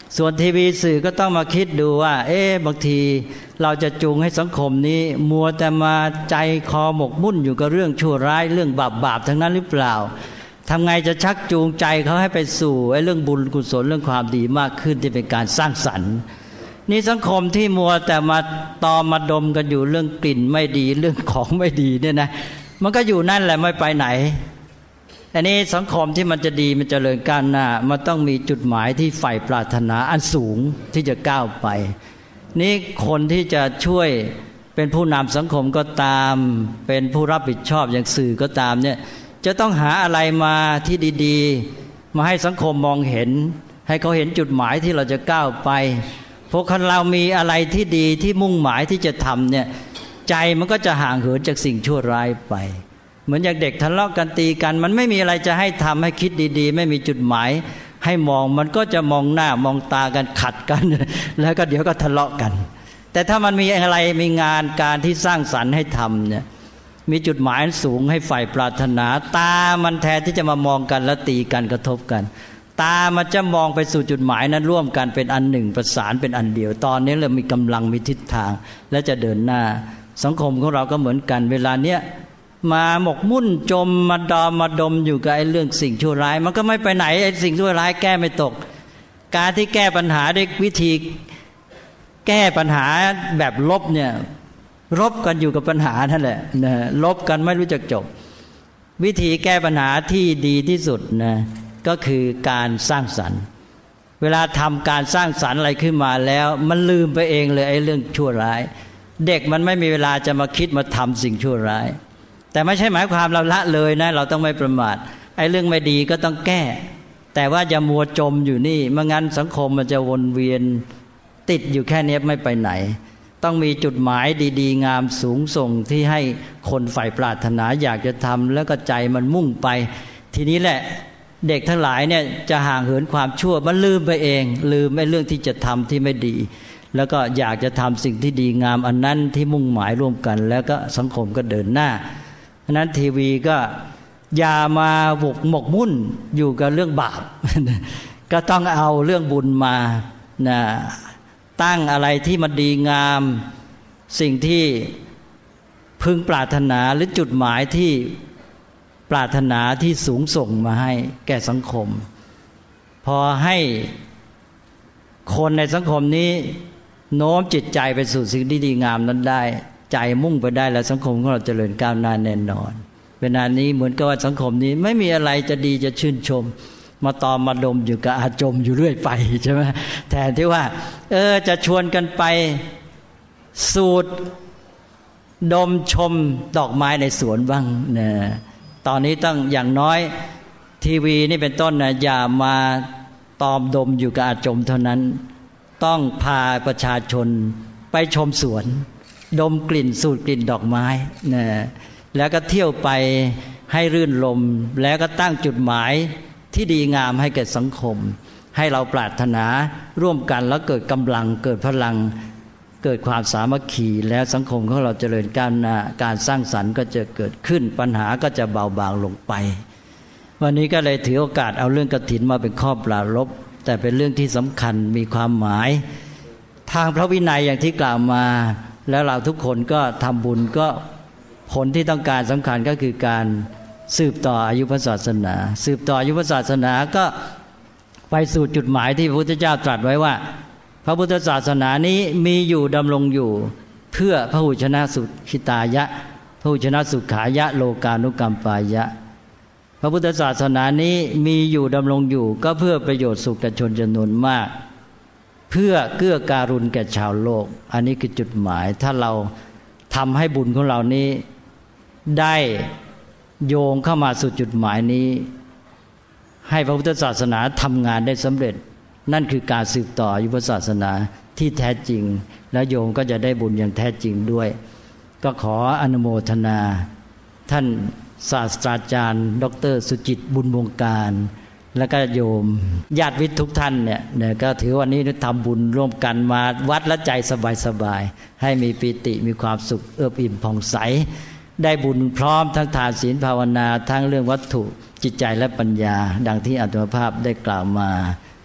ส่วนทีวีสื่อก็ต้องมาคิดดูว่าบางทีเราจะจูงให้สังคมนี้มัวแต่มาใจคอหมกมุ่นอยู่กับเรื่องชั่วร้ายเรื่องบาปทั้งนั้นหรือเปล่าทำไงจะชักจูงใจเขาให้ไปสู่เรื่องบุญกุศลเรื่องความดีมากขึ้นที่เป็นการสร้างสรรค์นี่สังคมที่มัวแต่มาตอมมาดมกันอยู่เรื่องกลิ่นไม่ดีเรื่องของไม่ดีเนี่ยนะมันก็อยู่นั่นแหละไม่ไปไหนอันนี้สังคมที่มันจะดีมันเจริญก้าวหน้ามันต้องมีจุดหมายที่ใฝ่ปรารถนาอันสูงที่จะก้าวไปนี่คนที่จะช่วยเป็นผู้นำสังคมก็ตามเป็นผู้รับผิดชอบอย่างสื่อก็ตามเนี่ยจะต้องหาอะไรมาที่ดีๆมาให้สังคมมองเห็นให้เขาเห็นจุดหมายที่เราจะก้าวไปพวกคนเรามีอะไรที่ดีที่มุ่งหมายที่จะทำเนี่ยใจมันก็จะห่างเหินจากสิ่งชั่วร้ายไปเหมือนอย่างเด็กทะเลาะกันตีกันมันไม่มีอะไรจะให้ทำให้คิดดีๆไม่มีจุดหมายให้มองมันก็จะมองหน้ามองตากันขัดกันแล้วก็เดี๋ยวก็ทะเลาะกันแต่ถ้ามันมีอะไรมีงานการที่สร้างสรรค์ให้ทำเนี่ยมีจุดหมายสูงให้ใฝ่ปรารถนาตามันแทนที่จะมามองกันแล้วตีกันกระทบกันตามันจะมองไปสู่จุดหมายนั้นร่วมกันเป็นอันหนึ่งประสานเป็นอันเดียวตอนนี้เรามีกำลังมีทิศทางและจะเดินหน้าสังคมของเราก็เหมือนกันเวลาเนี้ยมาหมกมุ่นจมมาดมอยู่กับไอ้เรื่องสิ่งชั่วร้ายมันก็ไม่ไปไหนไอ้สิ่งชั่วร้ายแก้ไม่ตกการที่แก้ปัญหาด้วยวิธีแก้ปัญหาแบบลบเนี่ยรบกันอยู่กับปัญหานั่นแหละนะลบกันไม่รู้จักจบวิธีแก้ปัญหาที่ดีที่สุดนะก็คือการสร้างสรรค์เวลาทำการสร้างสรรค์อะไรขึ้นมาแล้วมันลืมไปเองเลยไอ้เรื่องชั่วร้ายเด็กมันไม่มีเวลาจะมาคิดมาทำสิ่งชั่วร้ายแต่ไม่ใช่หมายความเราละเลยนะเราต้องไม่ประมาทไอ้เรื่องไม่ดีก็ต้องแก้แต่ว่าอย่ามัวจมอยู่นี่ไม่งั้นสังคมมันจะวนเวียนติดอยู่แค่นี้ไม่ไปไหนต้องมีจุดหมายดีๆงามสูงส่งที่ให้คนใฝ่ปรารถนาอยากจะทำแล้วก็ใจมันมุ่งไปทีนี้แหละเด็กทั้งหลายเนี่ยจะห่างเหินความชั่วมันลืมไปเองลืมไอ้เรื่องที่จะทำที่ไม่ดีแล้วก็อยากจะทำสิ่งที่ดีงามอันนั้นที่มุ่งหมายร่วมกันแล้วก็สังคมก็เดินหน้าฉะนั้นทีวีก็อย่ามาหมกมุ่นอยู่กับเรื่องบาป ก็ต้องเอาเรื่องบุญมานะตั้งอะไรที่มันดีงามสิ่งที่พึงปรารถนาหรือจุดหมายที่ปรารถนาที่สูงส่งมาให้แก่สังคมพอให้คนในสังคมนี้โน้มจิตใจไปสู่สิ่งที่ดีงามนั้นได้ใจมุ่งไปได้แล้วสังคมของเราเจริญก้าวหน้าแน่นอนเวลานี้เหมือนกับว่าสังคมนี้ไม่มีอะไรจะดีจะชื่นชมมาตอมมาดมอยู่กับอาจมอยู่เรื่อยไปใช่ไหมแทนที่ว่าจะชวนกันไปสูดดมชมดอกไม้ในสวนบ้างนะตอนนี้ต้องอย่างน้อยทีวีนี่เป็นต้นนะอย่ามาตอมดมอยู่กับอาจมเท่านั้นต้องพาประชาชนไปชมสวนดมกลิ่นสูดกลิ่นดอกไม้นะแล้วก็เที่ยวไปให้รื่นรมแล้วก็ตั้งจุดหมายที่ดีงามให้แก่สังคมให้เราปรารถนาร่วมกันแล้วเกิดกำลังเกิดพลังเกิดความสามัคคีแล้วสังคมของเราเจริญก้าวหน้าการสร้างสรรค์ก็จะเกิดขึ้นปัญหาก็จะเบาบางลงไปวันนี้ก็เลยถือโอกาสเอาเรื่องกฐินมาเป็นข้อปรารภแต่เป็นเรื่องที่สำคัญมีความหมายทางพระวินัยอย่างที่กล่าวมาแล้วเราทุกคนก็ทำบุญก็ผลที่ต้องการสำคัญก็คือการสืบต่ออายุพระศาสนาสืบต่ออายุพระศาสนาก็ไปสู่จุดหมายที่พระพุทธเจ้าตรัสไว้ว่าพระพุทธศาสนานี้มีอยู่ดำรงอยู่เพื่อพหุชนะสุขิตายะพหุชนะสุขายะโลกานุกัมปายะพระพุทธศาสนานี้มีอยู่ดำรงอยู่ก็เพื่อประโยชน์สุขแก่ชนจำนวนมากเพื่อเกื้อการุณแก่ชาวโลกอันนี้คือจุดหมายถ้าเราทำให้บุญของเรานี้ได้โยงเข้ามาสู่จุดหมายนี้ให้พระพุทธศาสนาทำงานได้สำเร็จนั่นคือการสืบต่ออายุพระศาสนาที่แท้จริงแล้วโยมก็จะได้บุญอย่างแท้จริงด้วยก็ขออนุโมทนาท่านศาสตราจารย์ดร.สุจิตบุญวงการแล้วก็โยมญาติวิทย์ทุกท่านเนี่ยก็ถือวันนี้ทำบุญร่วมกันมาวัดและใจสบายๆให้มีปิติมีความสุขเอิบอิ่มผ่องใสได้บุญพร้อมทั้งทานศีลภาวนาทั้งเรื่องวัตถุจิตใจและปัญญาดังที่อาตมาภาพได้กล่าวมา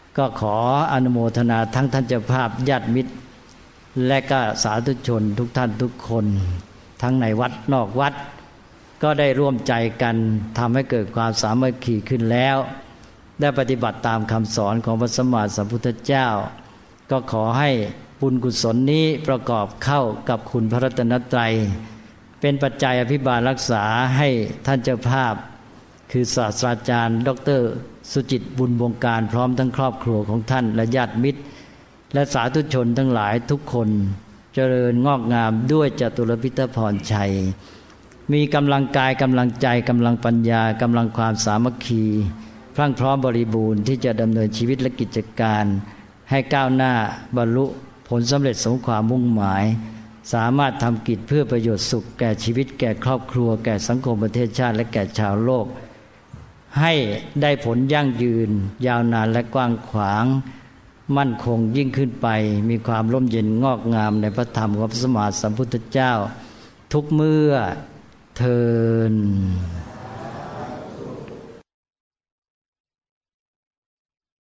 ก็ขออนุโมทนาทั้งท่านเจ้าภาพญาติมิตรและก็สาธุชนทุกท่านทุกคนทั้งในวัดนอกวัดก็ได้ร่วมใจกันทำให้เกิดความสามัคคีขึ้นแล้วได้ปฏิบัติตามคำสอนของพระสัมมาสัมพุทธเจ้าก็ขอให้บุญกุศลนี้ประกอบเข้ากับคุณพระรัตนตรัยเป็นปัจจัยอภิบาลรักษาให้ท่านเจ้าภาพคือศาสตราจารย์ดร.สุจิตบุญวงการพร้อมทั้งครอบครัวของท่านและญาติมิตรและสาธุชนทั้งหลายทุกคนเจริญงอกงามด้วยจตุรพิทพรชัยมีกำลังกายกำลังใจกำลังปัญญากำลังความสามัคคีพรั่งพร้อมบริบูรณ์ที่จะดำเนินชีวิตและกิจการให้ก้าวหน้าบรรลุผลสำเร็จสมความมุ่งหมายสามารถทำกิจเพื่อประโยชน์สุขแก่ชีวิตแก่ครอบครัวแก่สังคมประเทศชาติและแก่ชาวโลกให้ได้ผลยั่งยืนยาวนานและกว้างขวางมั่นคงยิ่งขึ้นไปมีความร่มเย็นงอกงามในพระธรรมของพระสัมมาสัมพุทธเจ้าทุกเมื่อเทอญ